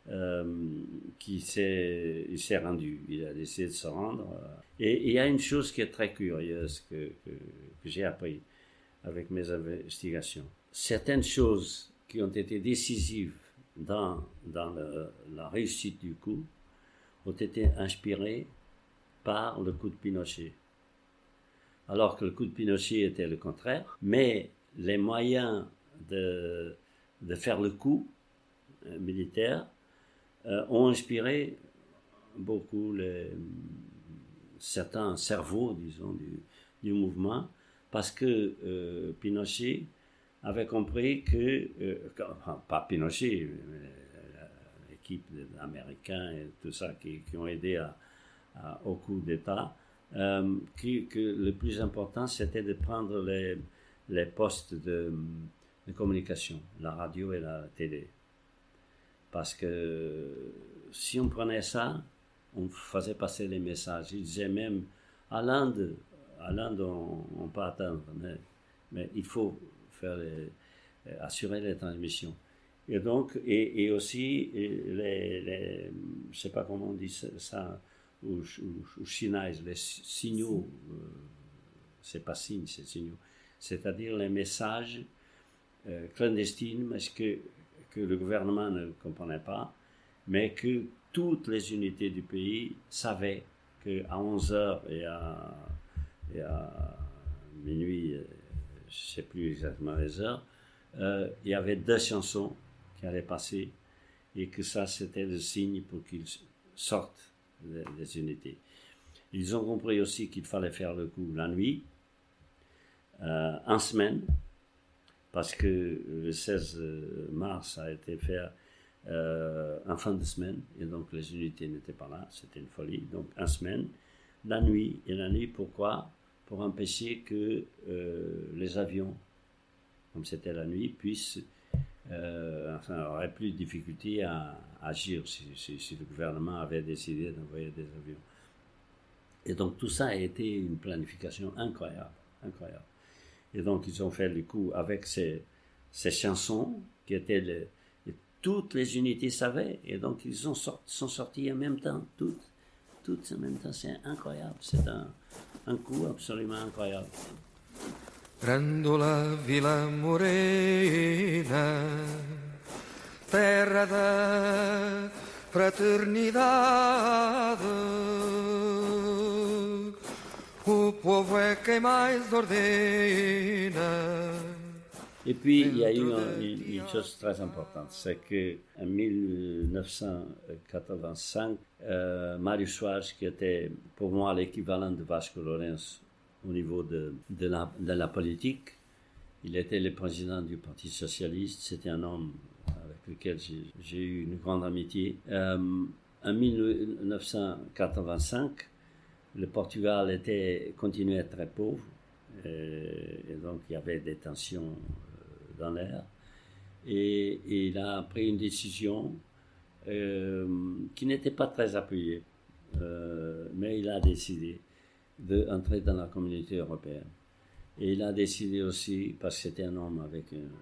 il s'est rendu, il a décidé de se rendre. Et il y a une chose qui est très curieuse que j'ai appris avec mes investigations. Certaines choses qui ont été décisives dans la réussite du coup ont été inspirées par le coup de Pinochet. Alors que le coup de Pinochet était le contraire, mais les moyens de faire le coup militaire ont inspiré beaucoup certains cerveaux, disons, du mouvement, parce que Pinochet avait compris que, pas Pinochet, l'équipe américaine et tout ça qui ont aidé au coup d'État, que le plus important c'était de prendre les postes de communication, la radio et la télé. Parce que si on prenait ça, on faisait passer les messages. Il disait même à l'Inde on peut attendre, mais il faut assurer les transmissions. Et donc, et aussi, je ne sais pas comment on dit ça, os sinais, les signaux, c'est pas signes, c'est signaux, c'est-à-dire les messages clandestins, mais que le gouvernement ne comprenait pas, mais que toutes les unités du pays savaient qu'à 11h et à minuit, je ne sais plus exactement les heures, il y avait 2 chansons qui allaient passer, et que ça c'était le signe pour qu'ils sortent des unités. Ils ont compris aussi qu'il fallait faire le coup la nuit, en semaine, parce que le 16 mars a été fait en fin de semaine, et donc les unités n'étaient pas là, c'était une folie. Donc en semaine, la nuit, et la nuit pourquoi ? Pour empêcher que les avions, comme c'était la nuit, puissent aurait plus de difficulté à agir si le gouvernement avait décidé d'envoyer des avions. Et donc tout ça a été une planification incroyable, incroyable. Et donc ils ont fait le coup avec ces chansons qui étaient toutes les unités savaient, et donc ils sont sortis en même temps, toutes en même temps. C'est incroyable, c'est un coup absolument incroyable. Grandola Vila Morena, terra da fraternidade, o povo é quem mais ordena. Et puis, il y a eu une chose très importante, c'est qu'en 1985, Mário Soares, qui était pour moi l'équivalent de Vasco Lourenço au niveau de la politique, il était le président du Parti socialiste, c'était un homme avec lequel j'ai eu une grande amitié. En 1985, le Portugal continuait à être très pauvre, et donc il y avait des tensions dans l'air, et il a pris une décision qui n'était pas très appuyée, mais il a décidé d'entrer dans la communauté européenne. Et il a décidé aussi, parce que c'était un homme avec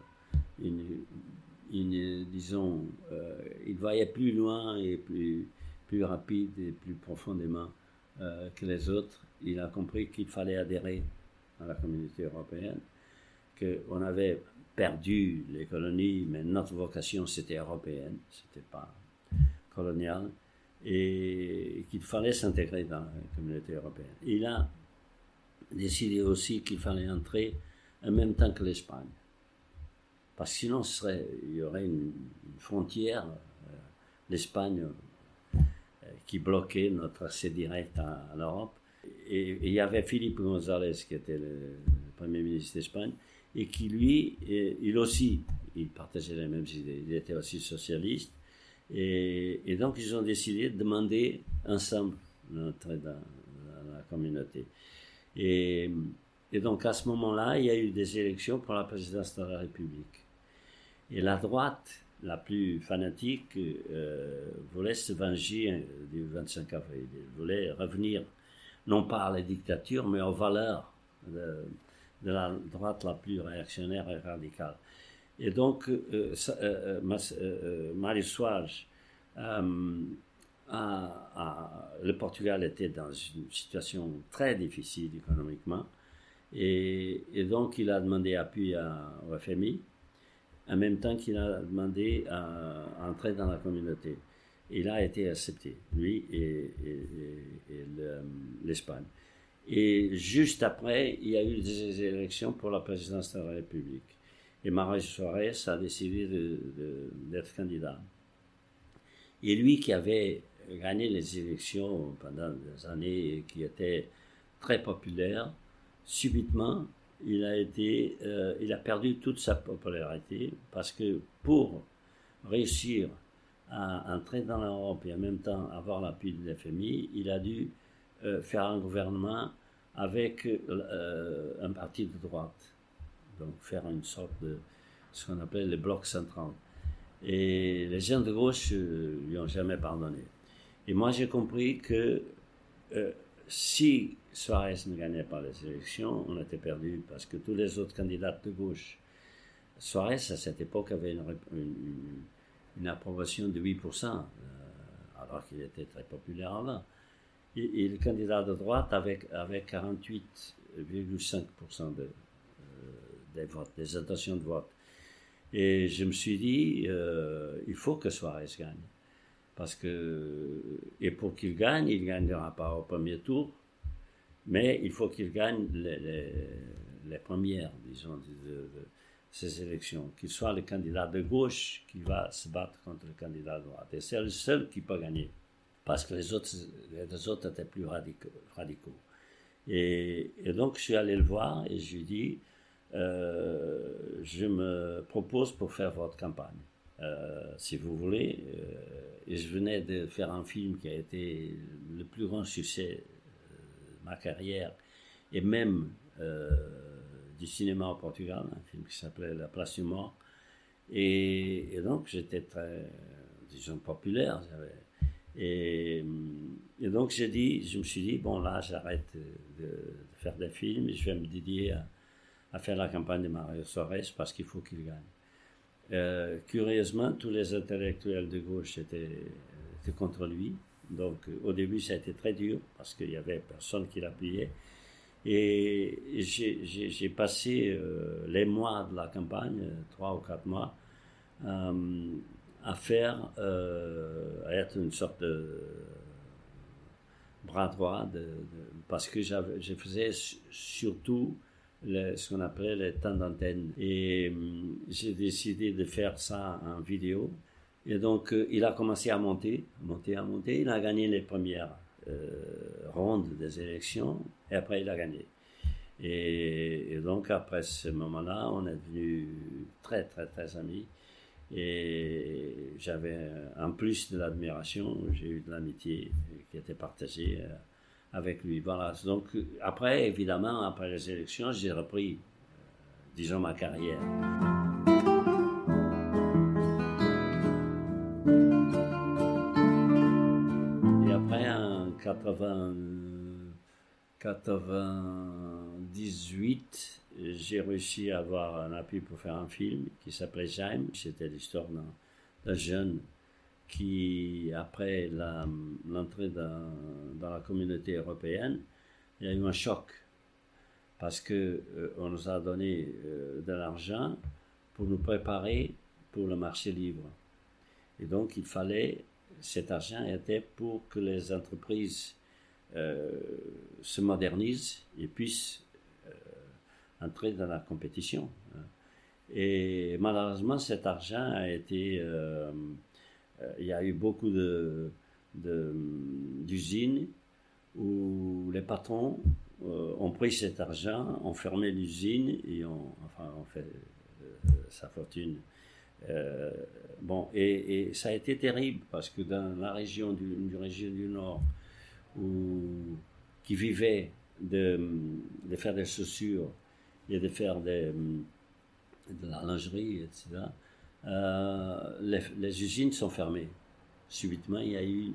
disons, il voyait plus loin et plus rapide et plus profondément que les autres. Il a compris qu'il fallait adhérer à la communauté européenne, qu'on avait perdu les colonies, mais notre vocation c'était européenne, c'était pas coloniale, et qu'il fallait s'intégrer dans la communauté européenne. Il a décidé aussi qu'il fallait entrer en même temps que l'Espagne, parce que sinon il y aurait une frontière, l'Espagne qui bloquait notre accès direct à l'Europe. Et il y avait Philippe González qui était le Premier ministre d'Espagne, et qui lui, il partageait les mêmes idées, il était aussi socialiste, et donc ils ont décidé de demander ensemble d'entrer dans la communauté. Et donc à ce moment-là, il y a eu des élections pour la présidence de la République. Et la droite, la plus fanatique, voulait se venger du 25 avril, voulait revenir non pas à la dictature, mais aux valeurs de la droite la plus réactionnaire et radicale. Et donc, Mário Soares, le Portugal était dans une situation très difficile économiquement, et donc il a demandé appui au FMI, en même temps qu'il a demandé à entrer dans la communauté. Il a été accepté, lui et l'Espagne. Et juste après, il y a eu des élections pour la présidence de la République. Et Mário Soares a décidé d'être candidat. Et lui qui avait gagné les élections pendant des années et qui était très populaire, subitement, il a perdu toute sa popularité, parce que pour réussir à entrer dans l'Europe et en même temps avoir l'appui de l'FMI, il a dû faire un gouvernement avec un parti de droite, donc faire une sorte de ce qu'on appelait le bloc central. Et les gens de gauche lui ont jamais pardonné. Et moi j'ai compris que si Soares ne gagnait pas les élections, on était perdu, parce que tous les autres candidats de gauche, Soares à cette époque avait une approbation de 8%, alors qu'il était très populaire avant. Et le candidat de droite avec 48,5% des votes, des intentions de vote. Et je me suis dit, il faut que Soares gagne. Parce que, et pour qu'il gagne, il ne gagnera pas au premier tour, mais il faut qu'il gagne les premières, disons, de ces élections, qu'il soit le candidat de gauche qui va se battre contre le candidat de droite. Et c'est le seul qui peut gagner, parce que les autres étaient plus radicaux. Et donc je suis allé le voir et je lui ai dit, je me propose pour faire votre campagne, si vous voulez. Et je venais de faire un film qui a été le plus grand succès de ma carrière, et même du cinéma au Portugal, un film qui s'appelait La Place du Mort. Et donc, j'étais très, disons, populaire. Et donc, je me suis dit, bon, là, j'arrête de faire des films et je vais me dédier à faire la campagne de Mario Soares parce qu'il faut qu'il gagne. Curieusement, tous les intellectuels de gauche étaient contre lui. Donc, au début, ça a été très dur parce qu'il n'y avait personne qui l'appuyait. Et j'ai passé les mois de la campagne, 3 ou 4 mois, à être une sorte de bras droit, parce que je faisais surtout ce qu'on appelait les temps d'antenne. Et j'ai décidé de faire ça en vidéo. Et donc, il a commencé à monter. Il a gagné les premières ronde des élections, et après il a gagné. Et donc après ce moment-là, on est devenus très très très amis, et j'avais, en plus de l'admiration, j'ai eu de l'amitié qui était partagée avec lui. Voilà. Donc après, évidemment, après les élections, j'ai repris, disons, ma carrière. Et après, en 98, j'ai réussi à avoir un appui pour faire un film qui s'appelait Jaime. C'était l'histoire d'un jeune qui, après l'entrée dans la communauté européenne, il y a eu un choc parce que on nous a donné de l'argent pour nous préparer pour le marché libre. Et donc, cet argent était pour que les entreprises se modernisent et puissent entrer dans la compétition. Et malheureusement, cet argent a été... il y a eu beaucoup d'usines où les patrons ont pris cet argent, ont fermé l'usine et ont fait sa fortune. Et ça a été terrible parce que dans la région du Nord, qui vivait de faire des chaussures et de faire de la lingerie, etc., les usines sont fermées. Subitement, il y a eu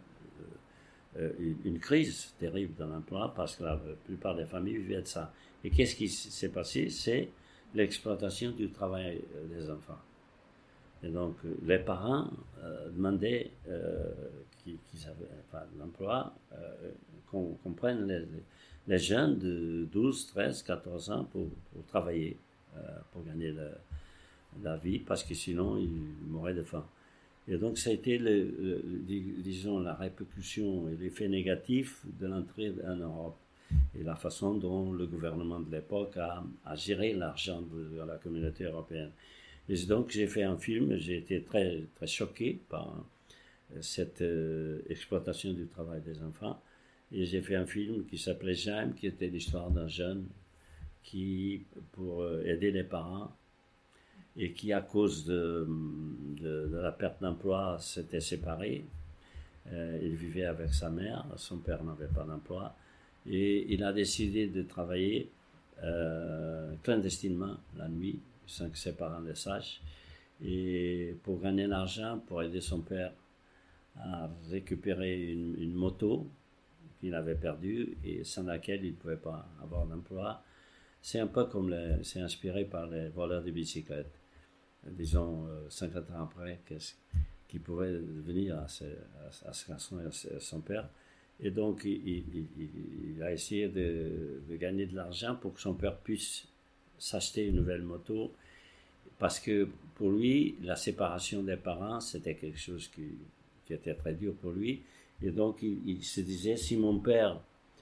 une crise terrible dans l'emploi parce que la plupart des familles vivaient de ça. Et qu'est-ce qui s'est passé? C'est l'exploitation du travail des enfants. Et donc, les parents demandaient qu'ils avaient pas l'emploi, qu'on prenne les jeunes de 12, 13, 14 ans pour travailler, pour gagner la vie, parce que sinon, ils mourraient de faim. Et donc, ça a été, disons, la répercussion et l'effet négatif de l'entrée en Europe et la façon dont le gouvernement de l'époque a géré l'argent de la communauté européenne. Et donc, j'ai fait un film, j'ai été très, très choqué par cette exploitation du travail des enfants. Et j'ai fait un film qui s'appelait Jaime, qui était l'histoire d'un jeune qui, pour aider les parents, et qui, à cause de la perte d'emploi, s'était séparé. Il vivait avec sa mère, son père n'avait pas d'emploi, et il a décidé de travailler clandestinement la nuit, sans que ses parents le sachent, et pour gagner l'argent, pour aider son père à récupérer une moto qu'il avait perdue et sans laquelle il ne pouvait pas avoir d'emploi. C'est un peu comme c'est inspiré par les voleurs de bicyclettes. Disons, 50 ans après, qui pouvait devenir à ce garçon et à son père. Et donc, il a essayé de gagner de l'argent pour que son père puisse s'acheter une nouvelle moto, parce que pour lui, la séparation des parents, c'était quelque chose qui était très dur pour lui. Et donc, il se disait, si mon père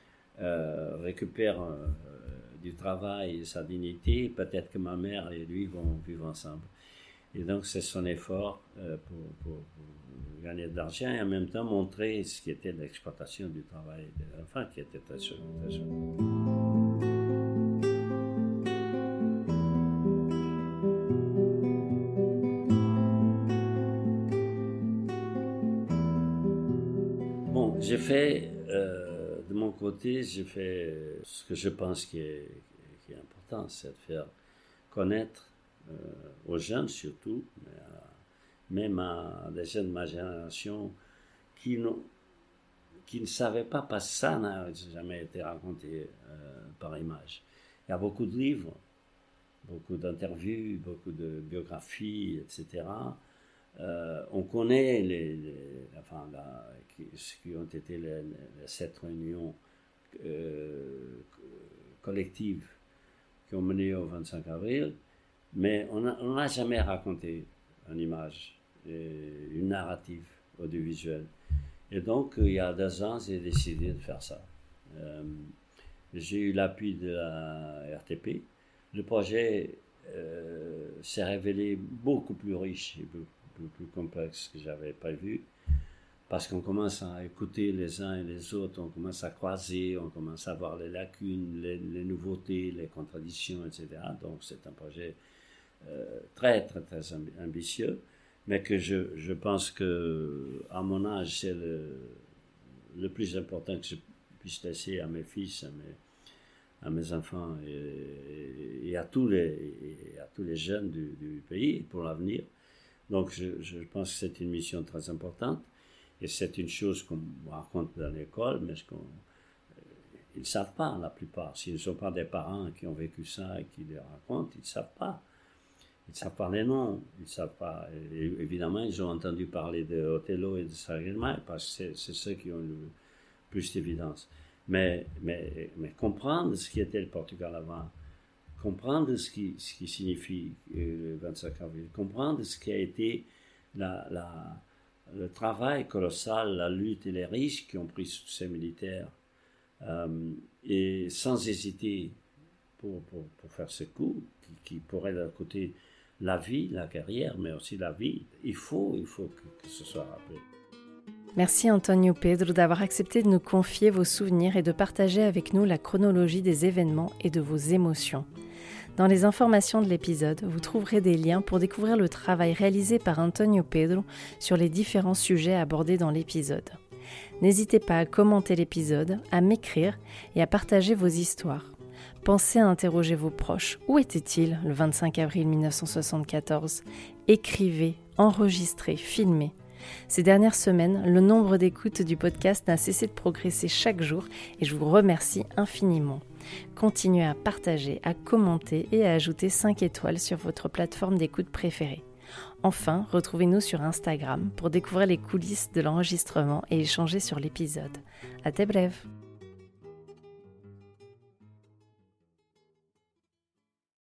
récupère du travail et sa dignité, peut-être que ma mère et lui vont vivre ensemble. Et donc, c'est son effort pour gagner de l'argent et en même temps montrer ce qui était l'exploitation du travail des enfants, qui était très chouette. Très chouette. Bon, j'ai fait, de mon côté, j'ai fait ce que je pense qui est important, c'est de faire connaître aux jeunes surtout, mais même à des jeunes de ma génération qui ne savaient pas, parce que ça n'a jamais été raconté par image. Il y a beaucoup de livres, beaucoup d'interviews, beaucoup de biographies, etc. On connaît ce qui ont été les 7 réunions collectives qui ont mené au 25 avril, mais on n'a jamais raconté une image, une narrative audiovisuelle. Et donc, il y a 2 ans, j'ai décidé de faire ça. J'ai eu l'appui de la RTP. Le projet s'est révélé beaucoup plus riche et beaucoup plus complexe que j'avais prévu, parce qu'on commence à écouter les uns et les autres, on commence à croiser, on commence à voir les lacunes, les nouveautés, les contradictions, etc. Donc c'est un projet très, très, très ambitieux, mais que je pense que à mon âge, c'est le plus important que je puisse laisser à mes fils, à mes enfants et à tous les jeunes du pays pour l'avenir. Donc je pense que c'est une mission très importante, et c'est une chose qu'on raconte dans l'école, mais ils ne savent pas, la plupart. S'ils ne sont pas des parents qui ont vécu ça et qui les racontent, ils ne savent pas. Ils ne savent pas les noms, ils ne savent pas. Et évidemment, ils ont entendu parler de Othello et de Sargent, parce que c'est ceux qui ont le plus d'évidence. Mais comprendre ce qui était le Portugal avant, comprendre ce qui signifie le 25 avril, comprendre ce qui a été le travail colossal, la lutte et les risques qui ont pris tous ces militaires, et sans hésiter pour faire ce coup, qui pourrait leur coûter la vie, la carrière, mais aussi la vie. Il faut que ce soit rappelé. Merci António Pedro d'avoir accepté de nous confier vos souvenirs et de partager avec nous la chronologie des événements et de vos émotions. Dans les informations de l'épisode, vous trouverez des liens pour découvrir le travail réalisé par António Pedro sur les différents sujets abordés dans l'épisode. N'hésitez pas à commenter l'épisode, à m'écrire et à partager vos histoires. Pensez à interroger vos proches. Où étaient-ils le 25 avril 1974 ? Écrivez, enregistrez, filmez. Ces dernières semaines, le nombre d'écoutes du podcast n'a cessé de progresser chaque jour et je vous remercie infiniment. Continuez à partager, à commenter et à ajouter 5 étoiles sur votre plateforme d'écoute préférée. Enfin, retrouvez-nous sur Instagram pour découvrir les coulisses de l'enregistrement et échanger sur l'épisode. Até breve!